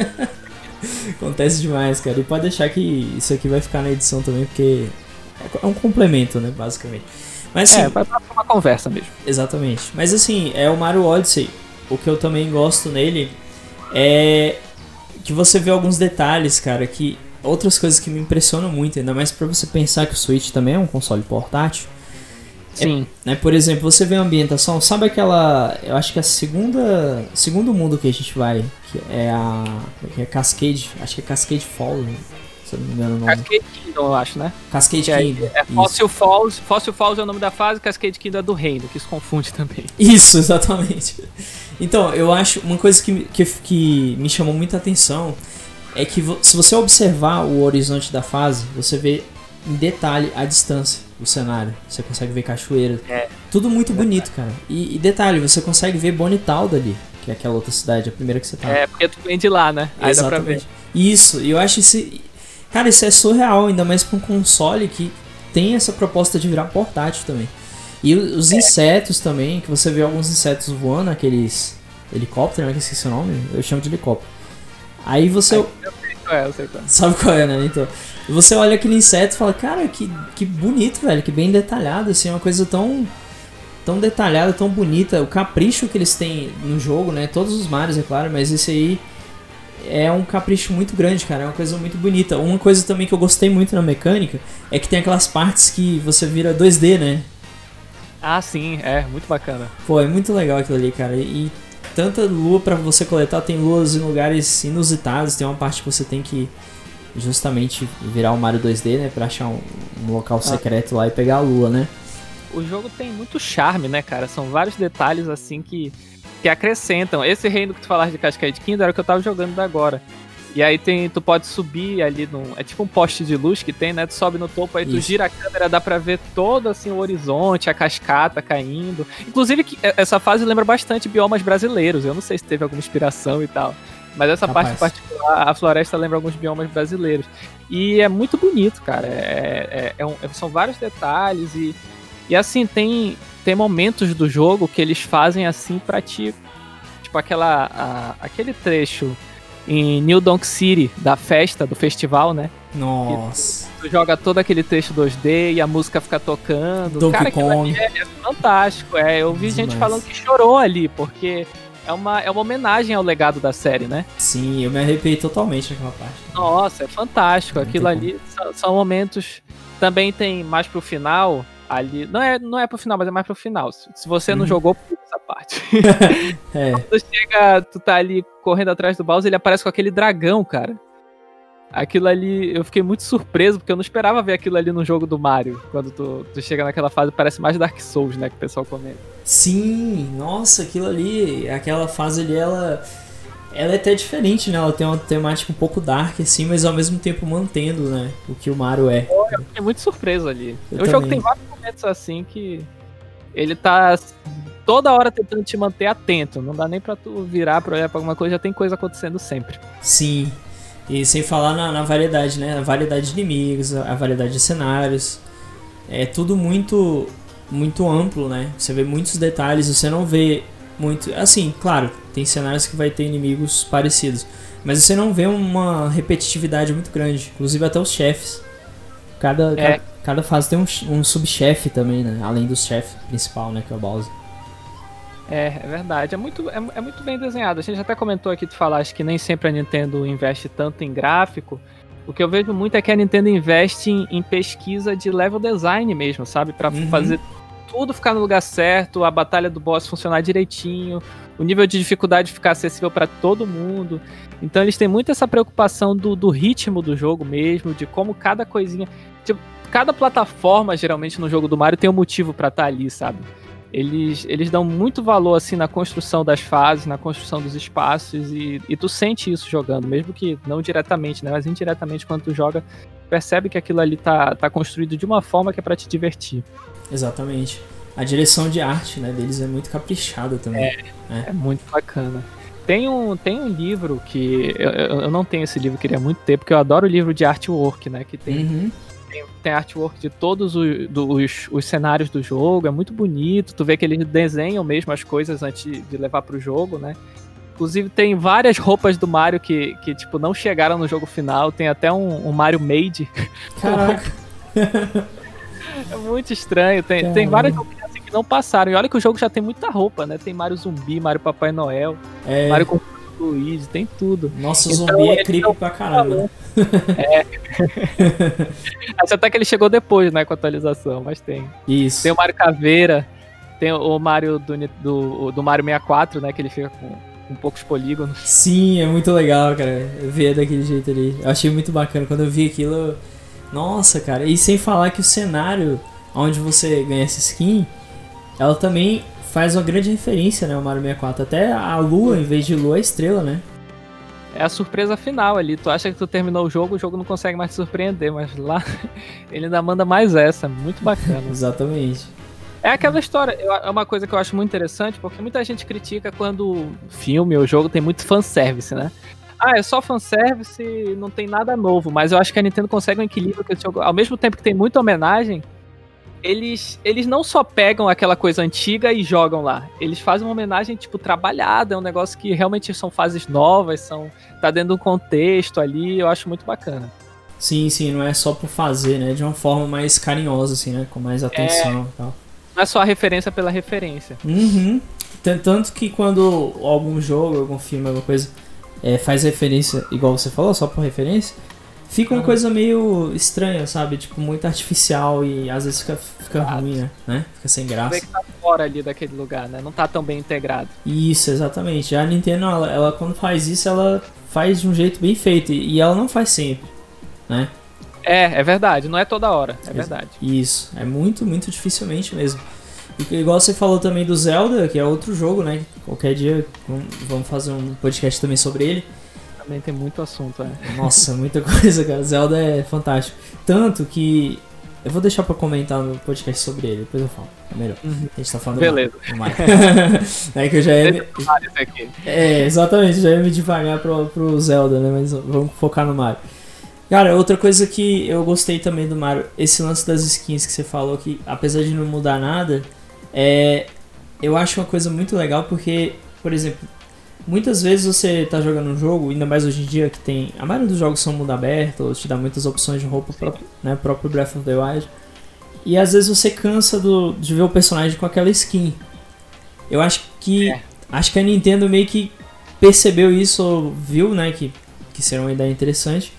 Acontece demais, cara. E pode deixar que isso aqui vai ficar na edição também, porque é um complemento, né, basicamente. Mas, assim, é, vai pra uma conversa mesmo. Exatamente. Mas assim, é o Mario Odyssey. O que eu também gosto nele é que você vê alguns detalhes, cara, que outras coisas que me impressionam muito, ainda mais pra você pensar que o Switch também é um console portátil. Sim. É, né, por exemplo, você vê a ambientação, sabe aquela, eu acho que a segunda, segundo mundo que a gente vai, que é a, que é Cascade, acho que é Cascade Falls, se eu não me engano o nome. Cascade Kingdom, eu acho, né? Cascade que Kingdom. É, é Fossil Falls, Fossil Falls é o nome da fase, Cascade Kingdom é do reino, que se confunde também. Isso, exatamente. Então, eu acho, uma coisa que, que, que me chamou muita atenção é que se você observar o horizonte da fase, você vê em detalhe a distância do cenário. Você consegue ver cachoeira. É. Tudo muito bonito, cara. E, e detalhe, você consegue ver Bonitown dali, que é aquela outra cidade, a primeira que você tá. É, porque tu vem de lá, né? Aí Exatamente. dá pra ver. Isso, e eu acho isso... Cara, isso é surreal, ainda mais pra um console que tem essa proposta de virar portátil também. E os insetos também, que você vê alguns insetos voando, aqueles helicópteros, né, que eu esqueci o nome, eu chamo de helicóptero. Aí você... Eu sei qual é, eu sei qual é. Sabe qual é, né? Então, você olha aquele inseto e fala, cara, que, que bonito, velho, que bem detalhado, assim, uma coisa tão... tão detalhada, tão bonita, o capricho que eles têm no jogo, né? Todos os Marios, é claro, mas esse aí é um capricho muito grande, cara, é uma coisa muito bonita. Uma coisa também que eu gostei muito na mecânica é que tem aquelas partes que você vira dois D, né? Ah, sim, é, muito bacana. Pô, é muito legal aquilo ali, cara, e tanta lua pra você coletar, tem luas em lugares inusitados, tem uma parte que você tem que justamente virar o Mario dois D, né, pra achar um, um local secreto lá e pegar a lua, né? O jogo tem muito charme, né, cara? São vários detalhes, assim, que, que acrescentam. Esse reino que tu falaste de Cascade Kingdom era o que eu tava jogando agora. E aí tem, tu pode subir ali, num, é tipo um poste de luz que tem, né? Tu sobe no topo, aí tu Isso. gira a câmera, dá pra ver todo, assim, o horizonte, a cascata caindo. Inclusive, que, essa fase lembra bastante biomas brasileiros. Eu não sei se teve alguma inspiração e tal. Mas essa Capaz. parte particular, a floresta lembra alguns biomas brasileiros. E é muito bonito, cara. É, é, é um, são vários detalhes e... E assim, tem, tem momentos do jogo que eles fazem assim pra ti. Tipo aquela, a, aquele trecho em New Donk City, da festa, do festival, né? Nossa. Tu, tu joga todo aquele trecho dois D e a música fica tocando. Donkey Cara, aquilo Kong. ali é, é fantástico. É, eu vi gente Demais. falando que chorou ali, porque é uma, é uma homenagem ao legado da série, né? Sim, eu me arrepiei totalmente naquela parte. Nossa, é fantástico. Não Aquilo tem ali são, são momentos. Também tem mais pro final. Ali, não é, não é pro final, mas é mais pro final. Se, se você não Uhum. jogou, pula essa parte. É, Tu chega, tu tá ali correndo atrás do Bowser, ele aparece com aquele dragão, cara. Aquilo ali, eu fiquei muito surpreso, porque eu não esperava ver aquilo ali no jogo do Mario. Quando tu, tu chega naquela fase, parece mais Dark Souls, né, que o pessoal comenta. sim, nossa, aquilo ali, aquela fase ali, ela, ela é até diferente, né? Ela tem uma temática um pouco dark, assim, mas ao mesmo tempo mantendo, né, o que o Mario é. Eu fiquei muito surpreso ali. Eu o jogo também. tem vários momentos assim que ele tá toda hora tentando te manter atento. Não dá nem pra tu virar pra olhar pra alguma coisa, já tem coisa acontecendo sempre. Sim, e sem falar na, na variedade, né? A variedade de inimigos, a, a variedade de cenários. É tudo muito, muito amplo, né? Você vê muitos detalhes, você não vê muito... Assim, claro, tem cenários que vai ter inimigos parecidos, mas você não vê uma repetitividade muito grande. Inclusive até os chefes. Cada, É. cada, cada fase tem um, um subchefe também, né? Além do chefe principal, né? Que é o Bowser. É, é verdade. É muito, é, é muito bem desenhado. A gente até comentou aqui, tu falaste que nem sempre a Nintendo investe tanto em gráfico. O que eu vejo muito é que a Nintendo investe em, em pesquisa de level design mesmo, sabe? Pra Uhum. fazer tudo ficar no lugar certo, a batalha do boss funcionar direitinho, o nível de dificuldade ficar acessível pra todo mundo. Então eles têm muito essa preocupação do, do ritmo do jogo mesmo, de como cada coisinha... Tipo, cada plataforma, geralmente, no jogo do Mario tem um motivo pra estar ali, sabe? Eles, eles dão muito valor, assim, na construção das fases, na construção dos espaços, e, e tu sente isso jogando, mesmo que não diretamente, né? Mas indiretamente, quando tu joga, percebe que aquilo ali tá, tá construído de uma forma que é pra te divertir. Exatamente. A direção de arte, né, deles é muito caprichada também. É, é muito bacana. Tem um, tem um livro que... Eu, eu não tenho esse livro, queria muito ter, porque eu adoro o livro de artwork, né? Que tem... Uhum. Tem, tem artwork de todos os, dos, os cenários do jogo, é muito bonito, tu vê que eles desenham mesmo as coisas antes de levar pro jogo, né? Inclusive tem várias roupas do Mario que, que tipo, não chegaram no jogo final, tem até um, um Mario Made. Caraca. É muito estranho, tem, tem Caramba. várias roupinhas assim que não passaram, e olha que o jogo já tem muita roupa, né? Tem Mario Zumbi, Mario Papai Noel, É, Mario com Luigi, tem tudo. nossa, o Então, zumbi é eles creepy não pra caramba. Acho até que ele chegou depois, né, com a atualização, mas tem. Isso. Tem o Mario Caveira, tem o Mario do, do, do Mario sessenta e quatro, né, que ele fica com, com poucos polígonos. Sim, é muito legal, cara, ver daquele jeito ali. Eu achei muito bacana quando eu vi aquilo. eu- Nossa, cara, e sem falar que o cenário onde você ganha essa skin, ela também faz uma grande referência, né, ao Mario sessenta e quatro. Até a lua, em vez de lua, é estrela, né? É a surpresa final ali, tu acha que tu terminou o jogo, o jogo não consegue mais te surpreender, mas lá ele ainda manda mais essa, muito bacana. Exatamente. É aquela história, eu- é uma coisa que eu acho muito interessante, porque muita gente critica quando o filme ou jogo tem muito fanservice, né? Ah, é só fanservice, não tem nada novo, mas eu acho que a Nintendo consegue um equilíbrio que esse jogo, ao mesmo tempo que tem muita homenagem, eles, eles não só pegam aquela coisa antiga e jogam lá, eles fazem uma homenagem, tipo, trabalhada, é um negócio que realmente são fases novas, são, tá dentro de um contexto ali, eu acho muito bacana. Sim, sim, não é só por fazer, né? De uma forma mais carinhosa, assim, né? Com mais atenção e tal. Não é só a referência pela referência. Uhum. T- Tanto que quando algum jogo, algum filme, alguma coisa é, faz referência, igual você falou, só por referência, fica uma Uhum. coisa meio estranha, sabe? Tipo, muito artificial e às vezes fica, fica ruim, né? né? Fica sem Vê graça. que tá fora ali daquele lugar, né? Não tá tão bem integrado. Isso, exatamente. A Nintendo, ela, ela quando faz isso, ela faz de um jeito bem feito. E ela não faz sempre, né? É, é verdade, não é toda hora, é verdade. Isso, é muito, muito dificilmente mesmo. E igual você falou também do Zelda, que é outro jogo, né? Qualquer dia vamos- vamos fazer um podcast também sobre ele. Também tem muito assunto, é. Nossa, muita coisa, cara. Zelda é fantástico. Tanto que eu vou deixar pra comentar no podcast sobre ele, depois eu falo. É melhor. Uhum. A gente tá falando Beleza. do Mario. É que eu já ia. me- Olha isso aqui. É, exatamente, já ia me devagar pro, pro Zelda, né? Mas vamos focar no Mario. Cara, outra coisa que eu gostei também do Mario, esse lance das skins que você falou, que apesar de não mudar nada, é, eu acho uma coisa muito legal porque, por exemplo, muitas vezes você tá jogando um jogo, ainda mais hoje em dia que tem, a maioria dos jogos são mundo aberto, ou te dá muitas opções de roupa, próprio, né, próprio Breath of the Wild, e às vezes você cansa do, de ver o personagem com aquela skin. Eu acho que, É. acho que a Nintendo meio que percebeu isso, ou viu, né, que, que seria uma ideia interessante,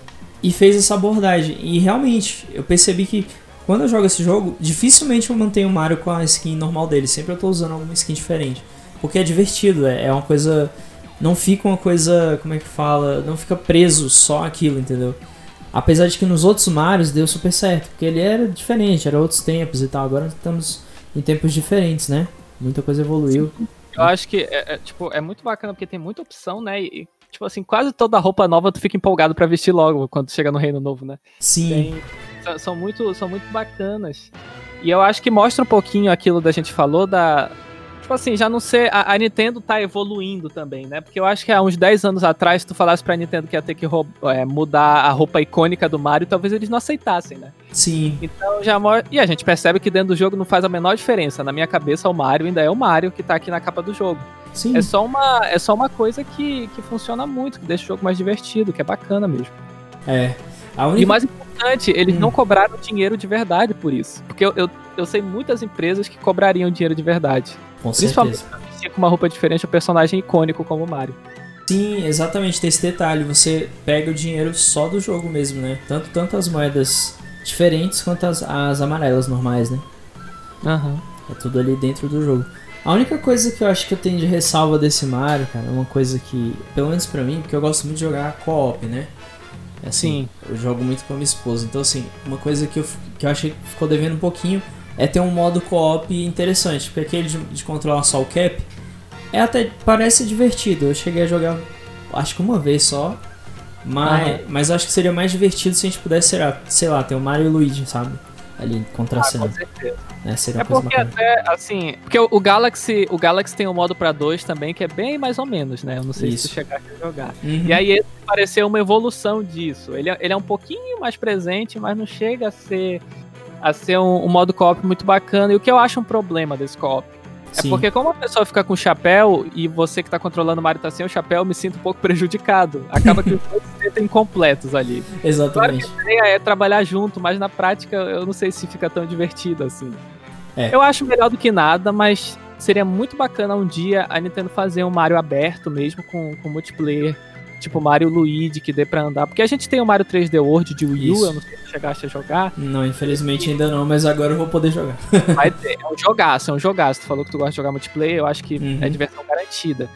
e fez essa abordagem. E realmente, eu percebi que quando eu jogo esse jogo, dificilmente eu mantenho o Mario com a skin normal dele. Sempre eu tô usando alguma skin diferente. Porque é divertido, é, é uma coisa... Não fica uma coisa, como é que fala? Não fica preso só aquilo, entendeu? Apesar de que nos outros Marios deu super certo. Porque ele era diferente, era outros tempos e tal. Agora estamos em tempos diferentes, né? Muita coisa evoluiu. Eu acho que é, é, tipo, é muito bacana porque tem muita opção, né? E, tipo assim, quase toda roupa nova tu fica empolgado pra vestir logo quando chega no Reino Novo, né? Sim. Tem- são, são muito, são muito bacanas. E eu acho que mostra um pouquinho aquilo da gente falou da. Tipo assim, já não sei. A, a Nintendo tá evoluindo também, né? Porque eu acho que há uns dez anos atrás, se tu falasse pra Nintendo que ia ter que rou- é, mudar a roupa icônica do Mario, talvez eles não aceitassem, né? Sim. Então já mo- E a gente percebe que dentro do jogo não faz a menor diferença. Na minha cabeça, o Mario ainda é o Mario que tá aqui na capa do jogo. Sim. É só uma, é só uma coisa que, que funciona muito, que deixa o jogo mais divertido, que é bacana mesmo. É. A única... E o mais importante, eles Hum. não cobraram dinheiro de verdade por isso. Porque eu, eu, eu sei muitas empresas que cobrariam dinheiro de verdade. Com Principalmente certeza. pra vestir com uma roupa diferente um personagem icônico como o Mario. Sim, exatamente, tem esse detalhe. Você pega o dinheiro só do jogo mesmo, né? Tanto, tanto as moedas diferentes quanto as, as amarelas normais, né? Aham. É tudo ali dentro do jogo. A única coisa que eu acho que eu tenho de ressalva desse Mario, cara, é uma coisa que, pelo menos pra mim, porque eu gosto muito de jogar co-op, né? Assim, Sim. eu jogo muito com a minha esposa. Então, assim, uma coisa que eu, que eu achei que ficou devendo um pouquinho é ter um modo co-op interessante. Porque aquele de, de controlar só o cap é até parece divertido. Eu cheguei a jogar, acho que uma vez só. Mas, Aham. mas acho que seria mais divertido se a gente pudesse, sei lá, sei lá ter o Mario e o Luigi, sabe? Ali Ah, com contracenando. certeza. Né? Seria É uma coisa porque bacana. até, assim... Porque o, o Galaxy o Galaxy tem um modo pra dois também, que é bem mais ou menos, né? Eu não sei Isso. se tu chegaste a jogar. Uhum. E aí esse pareceu uma evolução disso. Ele é, ele é um pouquinho mais presente, mas não chega a ser, a ser um, um modo co-op muito bacana. E o que eu acho um problema desse co-op é Sim. porque como a pessoa fica com o chapéu e você que tá controlando o Mario tá sem o chapéu, eu me sinto um pouco prejudicado. Acaba que os dois se sentem incompletos ali. Claro que Exatamente. a ideia é trabalhar junto, mas na prática eu não sei se fica tão divertido assim. É. Eu acho melhor do que nada, mas seria muito bacana um dia a Nintendo fazer um Mario aberto mesmo, com, com multiplayer, tipo Mario Luigi, que dê pra andar. Porque a gente tem o Mario três D World de Wii U, Isso. eu não sei se chegaste a jogar, Não, infelizmente ainda não, mas agora eu vou poder jogar. mas é um jogaço, é um jogaço. Tu falou que tu gosta de jogar multiplayer, eu acho que Uhum. é diversão garantida.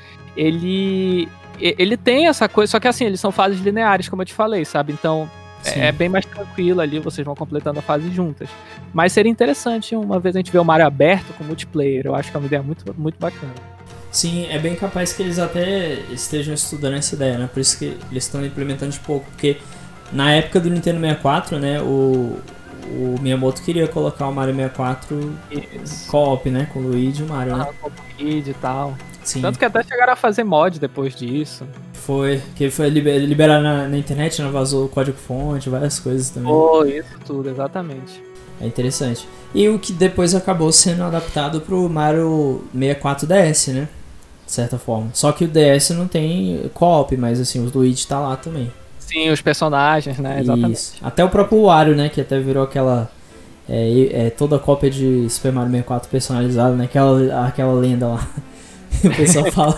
Ele... Ele tem essa coisa, só que assim, eles são fases lineares, como eu te falei, sabe? Então, Sim. é bem mais tranquilo ali, vocês vão completando a fase juntas. Mas seria interessante uma vez a gente ver o Mario aberto com multiplayer. Eu acho que é uma ideia muito, muito bacana. Sim, é bem capaz que eles até estejam estudando essa ideia, né? Por isso que eles estão implementando de pouco. Porque na época do Nintendo sessenta e quatro, né, o, o Miyamoto queria colocar o Mario sessenta e quatro co-op, né? Com o Luigi e o Mario, né? Ah, com o Luigi e tal. Sim. Tanto que até chegaram a fazer mod depois disso. Foi, que foi liber, liberado na, na internet, né? Vazou o código-fonte, várias coisas também. Foi, isso tudo, exatamente. É interessante. E o que depois acabou sendo adaptado pro Mario sessenta e quatro D S, né? De certa forma. Só que o D S não tem co-op, mas assim, o Luigi tá lá também. Sim, os personagens, né? Exatamente. Isso. Até o próprio Wario, né? Que até virou aquela... É, é toda a cópia de Super Mario sessenta e quatro personalizada, né? Aquela, aquela lenda lá. O pessoal fala...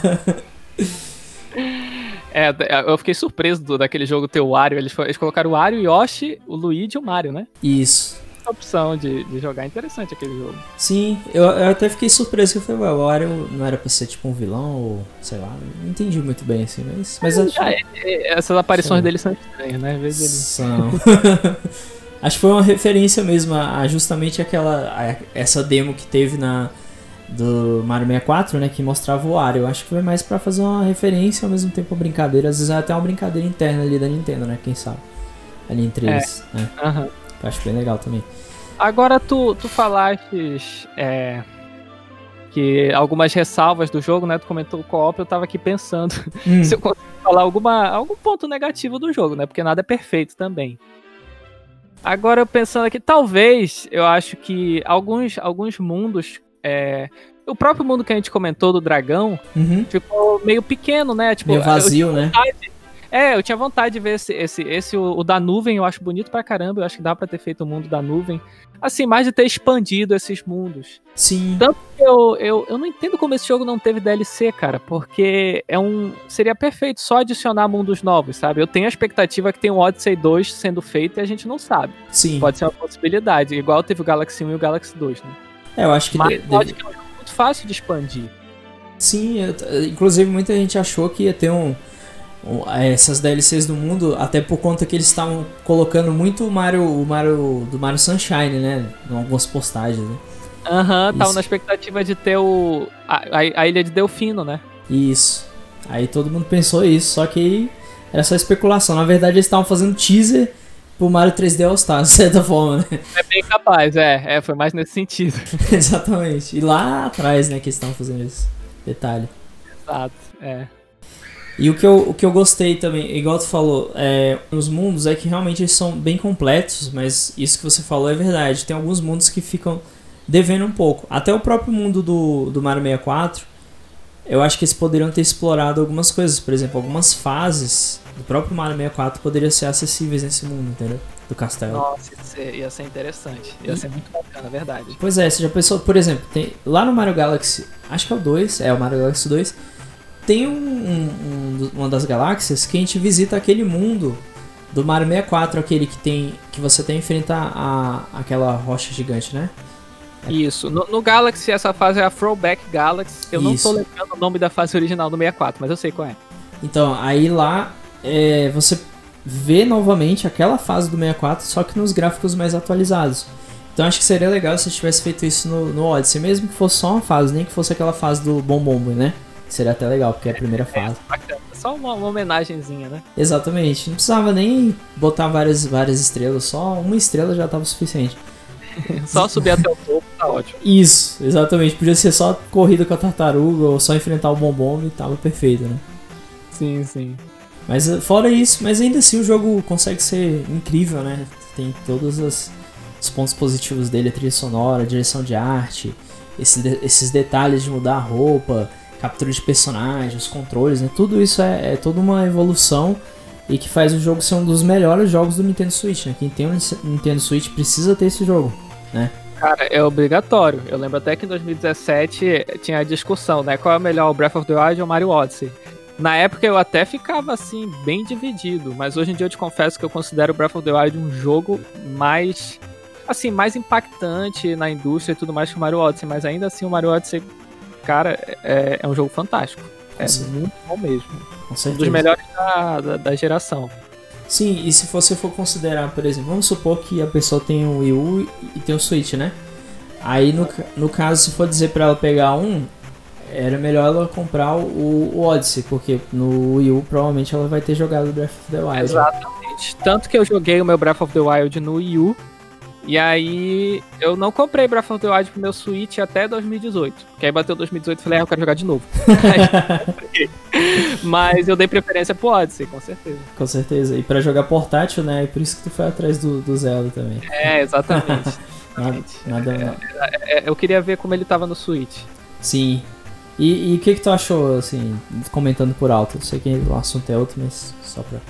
É, eu fiquei surpreso do, daquele jogo ter o Wario. Eles, eles colocaram o Wario, o Yoshi, o Luigi e o Mario, né? Isso. A opção de, de jogar. Interessante aquele jogo. Sim, eu, eu até fiquei surpreso que eu falei, ué, o Wario não era pra ser tipo um vilão ou sei lá, não entendi muito bem assim, mas... mas acho... ah, é, essas aparições Sim. dele são estranhas, né? Às vezes ele... São. Acho que foi uma referência mesmo a, a justamente aquela, a, essa demo que teve na... do Mario sessenta e quatro, né, que mostrava o Wario. Eu acho que foi mais pra fazer uma referência ao mesmo tempo uma brincadeira, às vezes até uma brincadeira interna ali da Nintendo, né, quem sabe, ali entre é. eles, né. Uhum. Eu acho bem legal também. Agora tu, tu falaste é, que algumas ressalvas do jogo, né, tu comentou o co-op, eu tava aqui pensando hum. se eu consigo falar alguma, algum ponto negativo do jogo, né, porque nada é perfeito também. Agora eu pensando aqui, talvez, eu acho que alguns, alguns mundos É, o próprio mundo que a gente comentou do dragão uhum. ficou meio pequeno, né? Tipo, meio vazio, né? É, eu tinha vontade de ver esse, esse, esse o, o da nuvem, eu acho bonito pra caramba, eu acho que dá pra ter feito o mundo da nuvem. Assim, mais de ter expandido esses mundos. Sim. Tanto que eu, eu, eu não entendo como esse jogo não teve D L C, cara, porque é um seria perfeito só adicionar mundos novos, sabe? Eu tenho a expectativa que tem um Odyssey dois sendo feito e a gente não sabe. Sim. Pode ser uma possibilidade, igual teve o Galaxy um e o Galaxy dois, né? É, eu acho que... Mas de, pode de... que é um jogo muito fácil de expandir. Sim, eu, inclusive muita gente achou que ia ter um, um, essas D L Cs do mundo, até por conta que eles estavam colocando muito o Mario, o Mario do Mario Sunshine, né? Em algumas postagens, né? Aham, uhum, tava na expectativa de ter o a, a ilha de Delfino, né? Isso. Aí todo mundo pensou isso, só que era só especulação. Na verdade eles estavam fazendo teaser pro Mario três D All Stars, de certa forma, né? É bem capaz, é. É, foi mais nesse sentido. Exatamente. E lá atrás, né, que eles estavam fazendo isso. Detalhe. Exato, é. E o que eu, o que eu gostei também, igual tu falou, é, nos mundos é que realmente eles são bem completos, mas isso que você falou é verdade. Tem alguns mundos que ficam devendo um pouco. Até o próprio mundo do, do Mario sessenta e quatro, eu acho que eles poderiam ter explorado algumas coisas. Por exemplo, algumas fases do próprio Mario sessenta e quatro poderiam ser acessíveis nesse mundo, entendeu? Do castelo. Nossa, ia ser, ia ser interessante. Ia e... ser muito bacana, verdade. Pois é, você já pensou, por exemplo, tem, lá no Mario Galaxy, acho que é o dois, é o Mario Galaxy dois, tem um, um, um, uma das galáxias que a gente visita aquele mundo do Mario sessenta e quatro, aquele que tem que você tem que enfrentar a, aquela rocha gigante, né? Isso. No, no Galaxy, essa fase é a Throwback Galaxy. Eu Isso. não tô lembrando o nome da fase original do sessenta e quatro, mas eu sei qual é. Então, aí lá é, você vê novamente aquela fase do sessenta e quatro, só que nos gráficos mais atualizados. Então acho que seria legal se tivesse feito isso no, no Odyssey, mesmo que fosse só uma fase, nem que fosse aquela fase do Bom Bombo, né? Seria até legal, porque é a primeira fase. É, bacana. Só uma, uma homenagenzinha, né? Exatamente. Não precisava nem botar várias, várias estrelas, só uma estrela já estava o suficiente. Só subir até o topo, tá ótimo. Isso, exatamente. Podia ser só corrida com a tartaruga ou só enfrentar o bombom e tava perfeito, né? Sim, sim. Mas fora isso, mas ainda assim o jogo consegue ser incrível, né? Tem todos os, os pontos positivos dele, a trilha sonora, a direção de arte, esse, esses detalhes de mudar a roupa, captura de personagens, os controles, né? Tudo isso é, é toda uma evolução e que faz o jogo ser um dos melhores jogos do Nintendo Switch, né? Quem tem um Nintendo Switch precisa ter esse jogo, né? Cara, é obrigatório. Eu lembro até que em dois mil e dezessete tinha a discussão, né? Qual é o melhor, o Breath of the Wild ou o Mario Odyssey? Na época eu até ficava, assim, bem dividido, mas hoje em dia eu te confesso que eu considero o Breath of the Wild um jogo mais, assim, mais impactante na indústria e tudo mais que o Mario Odyssey, mas ainda assim o Mario Odyssey, cara, é, é um jogo fantástico. É Sim. muito bom mesmo. Com certeza. Um dos melhores da, da, da geração. Sim, e se você for considerar, por exemplo, vamos supor que a pessoa tem um Wii U e tem um Switch, né? Aí no, no caso, se for dizer pra ela pegar um, era melhor ela comprar o, o Odyssey, porque no Wii U provavelmente ela vai ter jogado Breath of the Wild. Exatamente. Tanto que eu joguei o meu Breath of the Wild no Wii U E aí, eu não comprei Breath of the Wild pro meu Switch até dois mil e dezoito. Porque aí bateu dois mil e dezoito e falei, ah, eu quero jogar de novo. Mas eu dei preferência pro Odyssey, com certeza. Com certeza. E pra jogar portátil, né? É por isso que tu foi atrás do, do Zelda também. É, exatamente. nada, nada é, é, eu queria ver como ele tava no Switch. Sim. E o que que tu achou, assim, comentando por alto? Eu sei que o assunto é outro, mas só pra...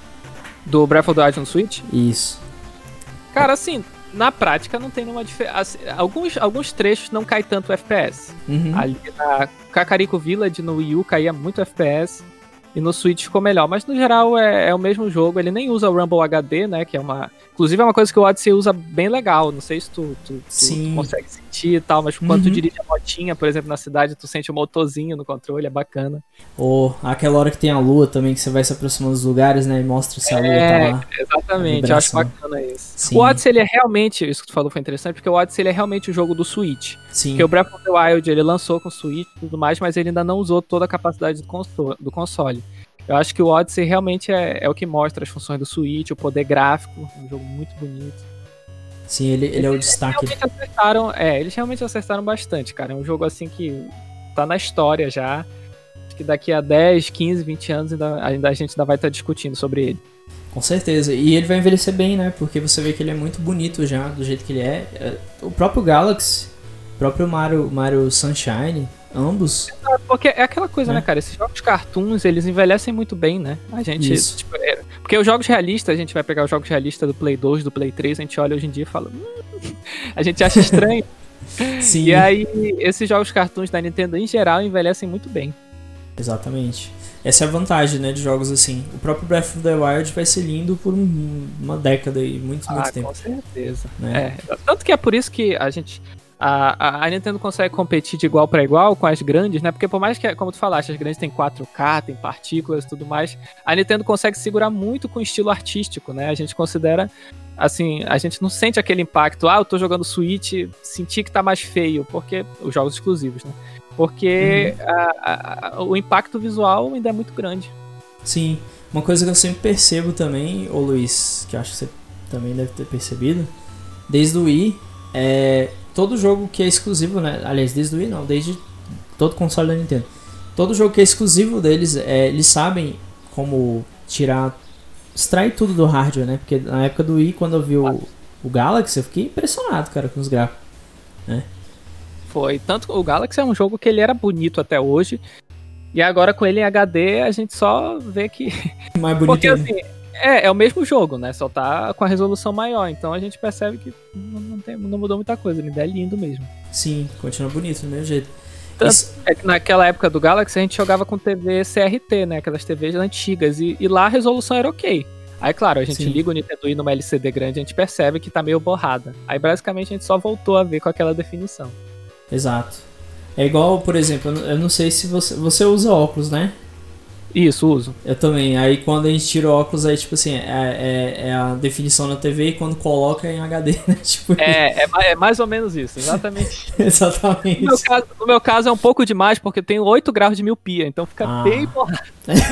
Do Breath of the Wild no Switch? Isso. Cara, assim, na prática não tem nenhuma diferença. Assim, alguns, alguns trechos não cai tanto F P S. Uhum. Ali na Kakariko Village no Wii U caía muito F P S. E no Switch ficou melhor. Mas no geral é, é o mesmo jogo. Ele nem usa o Rumble H D, né? Que é uma... Inclusive é uma coisa que o Odyssey usa bem legal. Não sei se tu, tu, tu, tu consegue sentir e tal. Mas quando uhum. tu dirige a motinha, por exemplo, na cidade, tu sente um motorzinho no controle. É bacana. Ou aquela hora que tem a lua também, que você vai se aproximando dos lugares, né? E mostra se a lua é, tá lá. Exatamente. Eu acho bacana isso. Sim. O Odyssey, ele é realmente... Isso que tu falou foi interessante. Porque o Odyssey, ele é realmente o jogo do Switch. Sim. Porque o Breath of the Wild, ele lançou com o Switch e tudo mais. Mas ele ainda não usou toda a capacidade do console. Do console. Eu acho que o Odyssey realmente é, é o que mostra as funções do Switch, o poder gráfico, é um jogo muito bonito. Sim, ele, ele é o destaque. Eles realmente acertaram, é, eles realmente acertaram bastante, cara. É um jogo assim que tá na história já. Acho que daqui a dez, quinze, vinte anos ainda, ainda a gente ainda vai estar discutindo sobre ele. Com certeza. E ele vai envelhecer bem, né? Porque você vê que ele é muito bonito já, do jeito que ele é. O próprio Galaxy, o próprio Mario, Mario Sunshine... Ambos. Porque é aquela coisa, é. né, cara? Esses jogos cartoons, eles envelhecem muito bem, né? A gente. Tipo, é... Porque os jogos realistas, a gente vai pegar os jogos realistas do Play dois, do Play três, a gente olha hoje em dia e fala. Hum... A gente acha estranho. Sim. E aí, esses jogos cartoons da Nintendo em geral envelhecem muito bem. Exatamente. Essa é a vantagem, né, de jogos assim. O próprio Breath of the Wild vai ser lindo por um, uma década e muito, muito ah, tempo. Com certeza. Né? É. Tanto que é por isso que a gente. A, a Nintendo consegue competir de igual para igual com as grandes, né? Porque por mais que, como tu falaste, as grandes tem quatro K, tem partículas e tudo mais, a Nintendo consegue segurar muito com o estilo artístico, né? A gente considera, assim, a gente não sente aquele impacto, ah, eu tô jogando Switch, senti que tá mais feio, porque os jogos exclusivos, né? Porque uhum. a, a, o impacto visual ainda é muito grande. Sim, uma coisa que eu sempre percebo também, ô Luiz, que eu acho que você também deve ter percebido, desde o Wii, é... todo jogo que é exclusivo, né? Aliás, desde o Wii não, desde todo console da Nintendo. Todo jogo que é exclusivo deles, é, eles sabem como tirar, extrair tudo do hardware, né? Porque na época do Wii, quando eu vi o, o Galaxy, eu fiquei impressionado, cara, com os gráficos, né? Foi, tanto o Galaxy é um jogo que ele era bonito até hoje, e agora com ele em H D a gente só vê que... Mais bonito. Porque assim... É, é o mesmo jogo, né? Só tá com a resolução maior. Então a gente percebe que não, não, tem, não mudou muita coisa. Ele é lindo mesmo. Sim, continua bonito do mesmo jeito. Tanto Isso... é que naquela época do Galaxy a gente jogava com T V C R T, né? Aquelas T Vs antigas. E, e lá a resolução era ok. Aí, claro, a gente Sim. liga o Nintendo Wii numa L C D grande e a gente percebe que tá meio borrada. Aí basicamente a gente só voltou a ver com aquela definição. Exato. É igual, por exemplo, eu não sei se você, você usa óculos, né? Isso, uso. Eu também. Aí quando a gente tira o óculos, aí tipo assim, é, é, é a definição na T V e quando coloca é em H D, né? Tipo... É, é, é mais ou menos isso, exatamente. Exatamente. No meu, caso, no meu caso é um pouco demais, porque eu tenho oito graus de miopia, então fica ah. bem borrado.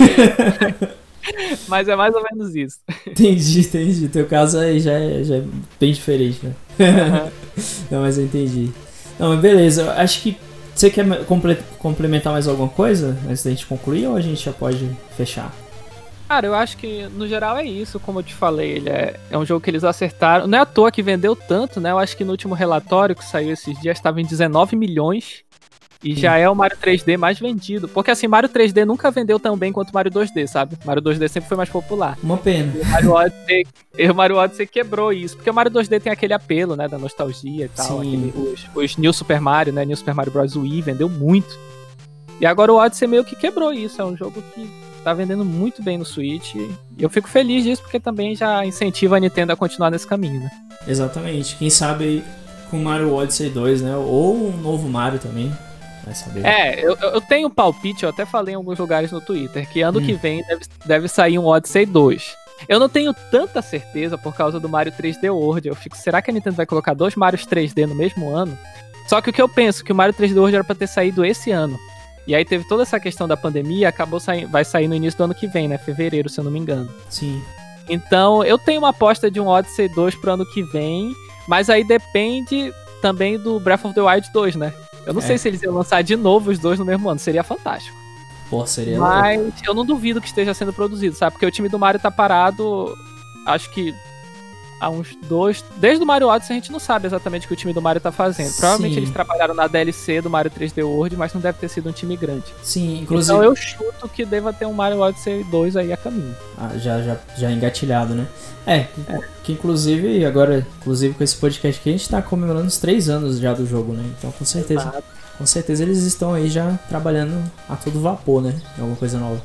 Mas é mais ou menos isso. Entendi, entendi. Teu caso aí já é, já é bem diferente, né? Uhum. Não, mas eu entendi. Não, mas beleza, eu acho que você quer complementar mais alguma coisa antes da gente concluir ou a gente já pode fechar? Cara, eu acho que no geral é isso, como eu te falei, ele é, é um jogo que eles acertaram. Não é à toa que vendeu tanto, né? Eu acho que no último relatório que saiu esses dias estava em dezenove milhões e Sim. já é o Mario três D mais vendido. Porque assim, Mario três D nunca vendeu tão bem quanto o Mario dois D, sabe? Mario dois D sempre foi mais popular. Uma pena. E o Mario Odyssey, e o Mario Odyssey quebrou isso, porque o Mario dois D tem aquele apelo, né, da nostalgia e tal. Aquele, os, os New Super Mario, né, New Super Mario Bros. Wii vendeu muito. E agora o Odyssey meio que quebrou isso, é um jogo que tá vendendo muito bem no Switch. E eu fico feliz disso, porque também já incentiva a Nintendo a continuar nesse caminho, né? Exatamente. Quem sabe aí com o Mario Odyssey dois, né? Ou um novo Mario também. Vai saber. É, eu, eu tenho um palpite, eu até falei em alguns lugares no Twitter, que ano hum. que vem deve, deve sair um Odyssey dois. Eu não tenho tanta certeza por causa do Mario três D World. Eu fico, será que a Nintendo vai colocar dois Marios três D no mesmo ano? Só que o que eu penso, que o Mario três D World era pra ter saído esse ano. E aí teve toda essa questão da pandemia, acabou saindo, vai sair no início do ano que vem, né? Fevereiro, se eu não me engano. Sim. Então, eu tenho uma aposta de um Odyssey dois pro ano que vem, Mas aí depende também do Breath of the Wild dois, né? Eu não É. sei se eles iam lançar de novo os dois no mesmo ano, seria fantástico. Pô, seria Mas louco. eu não duvido que esteja sendo produzido, sabe? Porque o time do Mario tá parado, acho que há uns dois... Desde o Mario Odyssey a gente não sabe exatamente o que o time do Mario tá fazendo. Provavelmente Sim. eles trabalharam na D L C do Mario três D World, mas não deve ter sido um time grande. Sim, inclusive... Então eu chuto que deva ter um Mario Odyssey dois aí a caminho. Ah, já, já, já engatilhado, né? É, é, que inclusive, agora, inclusive com esse podcast aqui, a gente tá comemorando os três anos já do jogo, né? Então com certeza, Exato. com certeza eles estão aí já trabalhando a todo vapor, né? Em alguma coisa nova.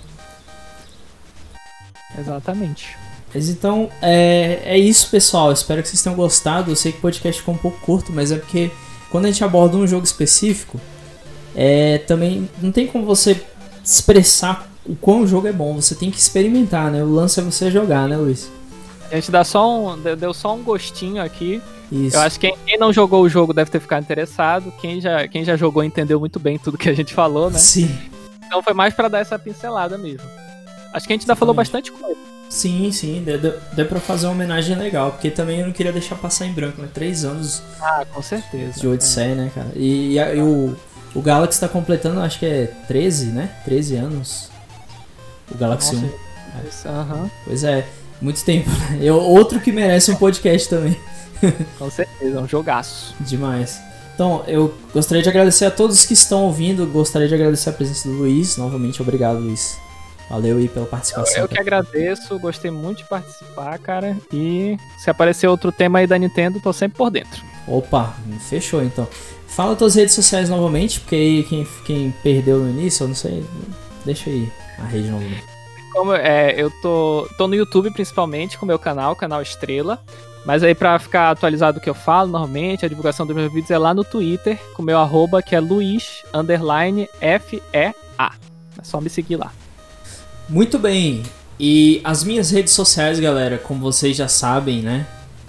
Exatamente. Mas então, é, é isso, pessoal. Espero que vocês tenham gostado. Eu sei que o podcast ficou um pouco curto, mas é porque quando a gente aborda um jogo específico, é, também não tem como você expressar o quão o jogo é bom. Você tem que experimentar, né? O lance é você jogar, né, Luiz? A gente dá só um, deu só um gostinho aqui. Isso. Eu acho que quem, quem não jogou o jogo deve ter ficado interessado. Quem já, quem já jogou entendeu muito bem tudo que a gente falou, né? Sim. Então foi mais pra dar essa pincelada mesmo. Acho que a gente ainda falou bastante coisa. Sim, sim, deu, deu, deu pra fazer uma homenagem legal, porque também eu não queria deixar passar em branco, né? Três anos Ah, com certeza. de Odisseia, é. né, cara? E, e, a, e o, o Galaxy tá completando, acho que é treze, né? treze anos. O Galaxy Nossa, um. isso, aham. Pois é, muito tempo, né? Eu, outro que merece um podcast também. Com certeza, é um jogaço. Demais. Então, eu gostaria de agradecer a todos que estão ouvindo, gostaria de agradecer a presença do Luiz. Novamente, obrigado, Luiz. Valeu aí pela participação. Eu, eu que agradeço, gostei muito de participar, cara. E se aparecer outro tema aí da Nintendo, tô sempre por dentro. Opa, fechou então. Fala tuas redes sociais novamente, porque aí quem, quem perdeu no início, eu não sei, deixa aí a rede novamente. Como, é, eu tô, tô no YouTube principalmente com o meu canal, canal Estrela. Mas aí pra ficar atualizado do que eu falo, normalmente, a divulgação dos meus vídeos é lá no Twitter, com o meu arroba, que é Luiz, underline, F E A. É só me seguir lá. Muito bem, e as minhas redes sociais, galera, como vocês já sabem, né?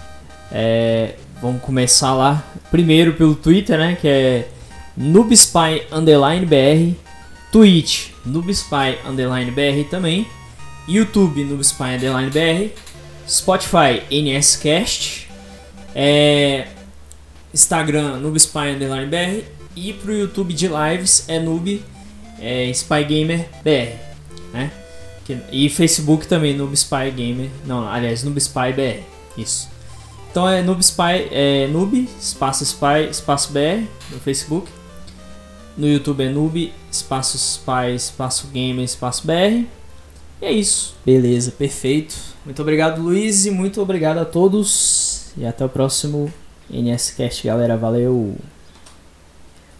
É, vamos começar lá. Primeiro pelo Twitter, né? Que é NoobSpy underline B R, Twitch NoobSpy underline B R também, YouTube NoobSpy underline B R, Spotify NSCast, é, Instagram NoobSpy underline B R e pro YouTube de lives é Noob é, Spy Gamer B R, né? E Facebook também, NoobSpy Gamer. Não, aliás, NoobSpy B R. Isso. Então é NoobSpy, é Noob, espaço Spy, espaço B R no Facebook. No YouTube é Noob, espaço Spy, espaço Gamer, espaço B R. E é isso. Beleza, perfeito. Muito obrigado, Luiz, e muito obrigado a todos. E até o próximo NSCast, galera. Valeu!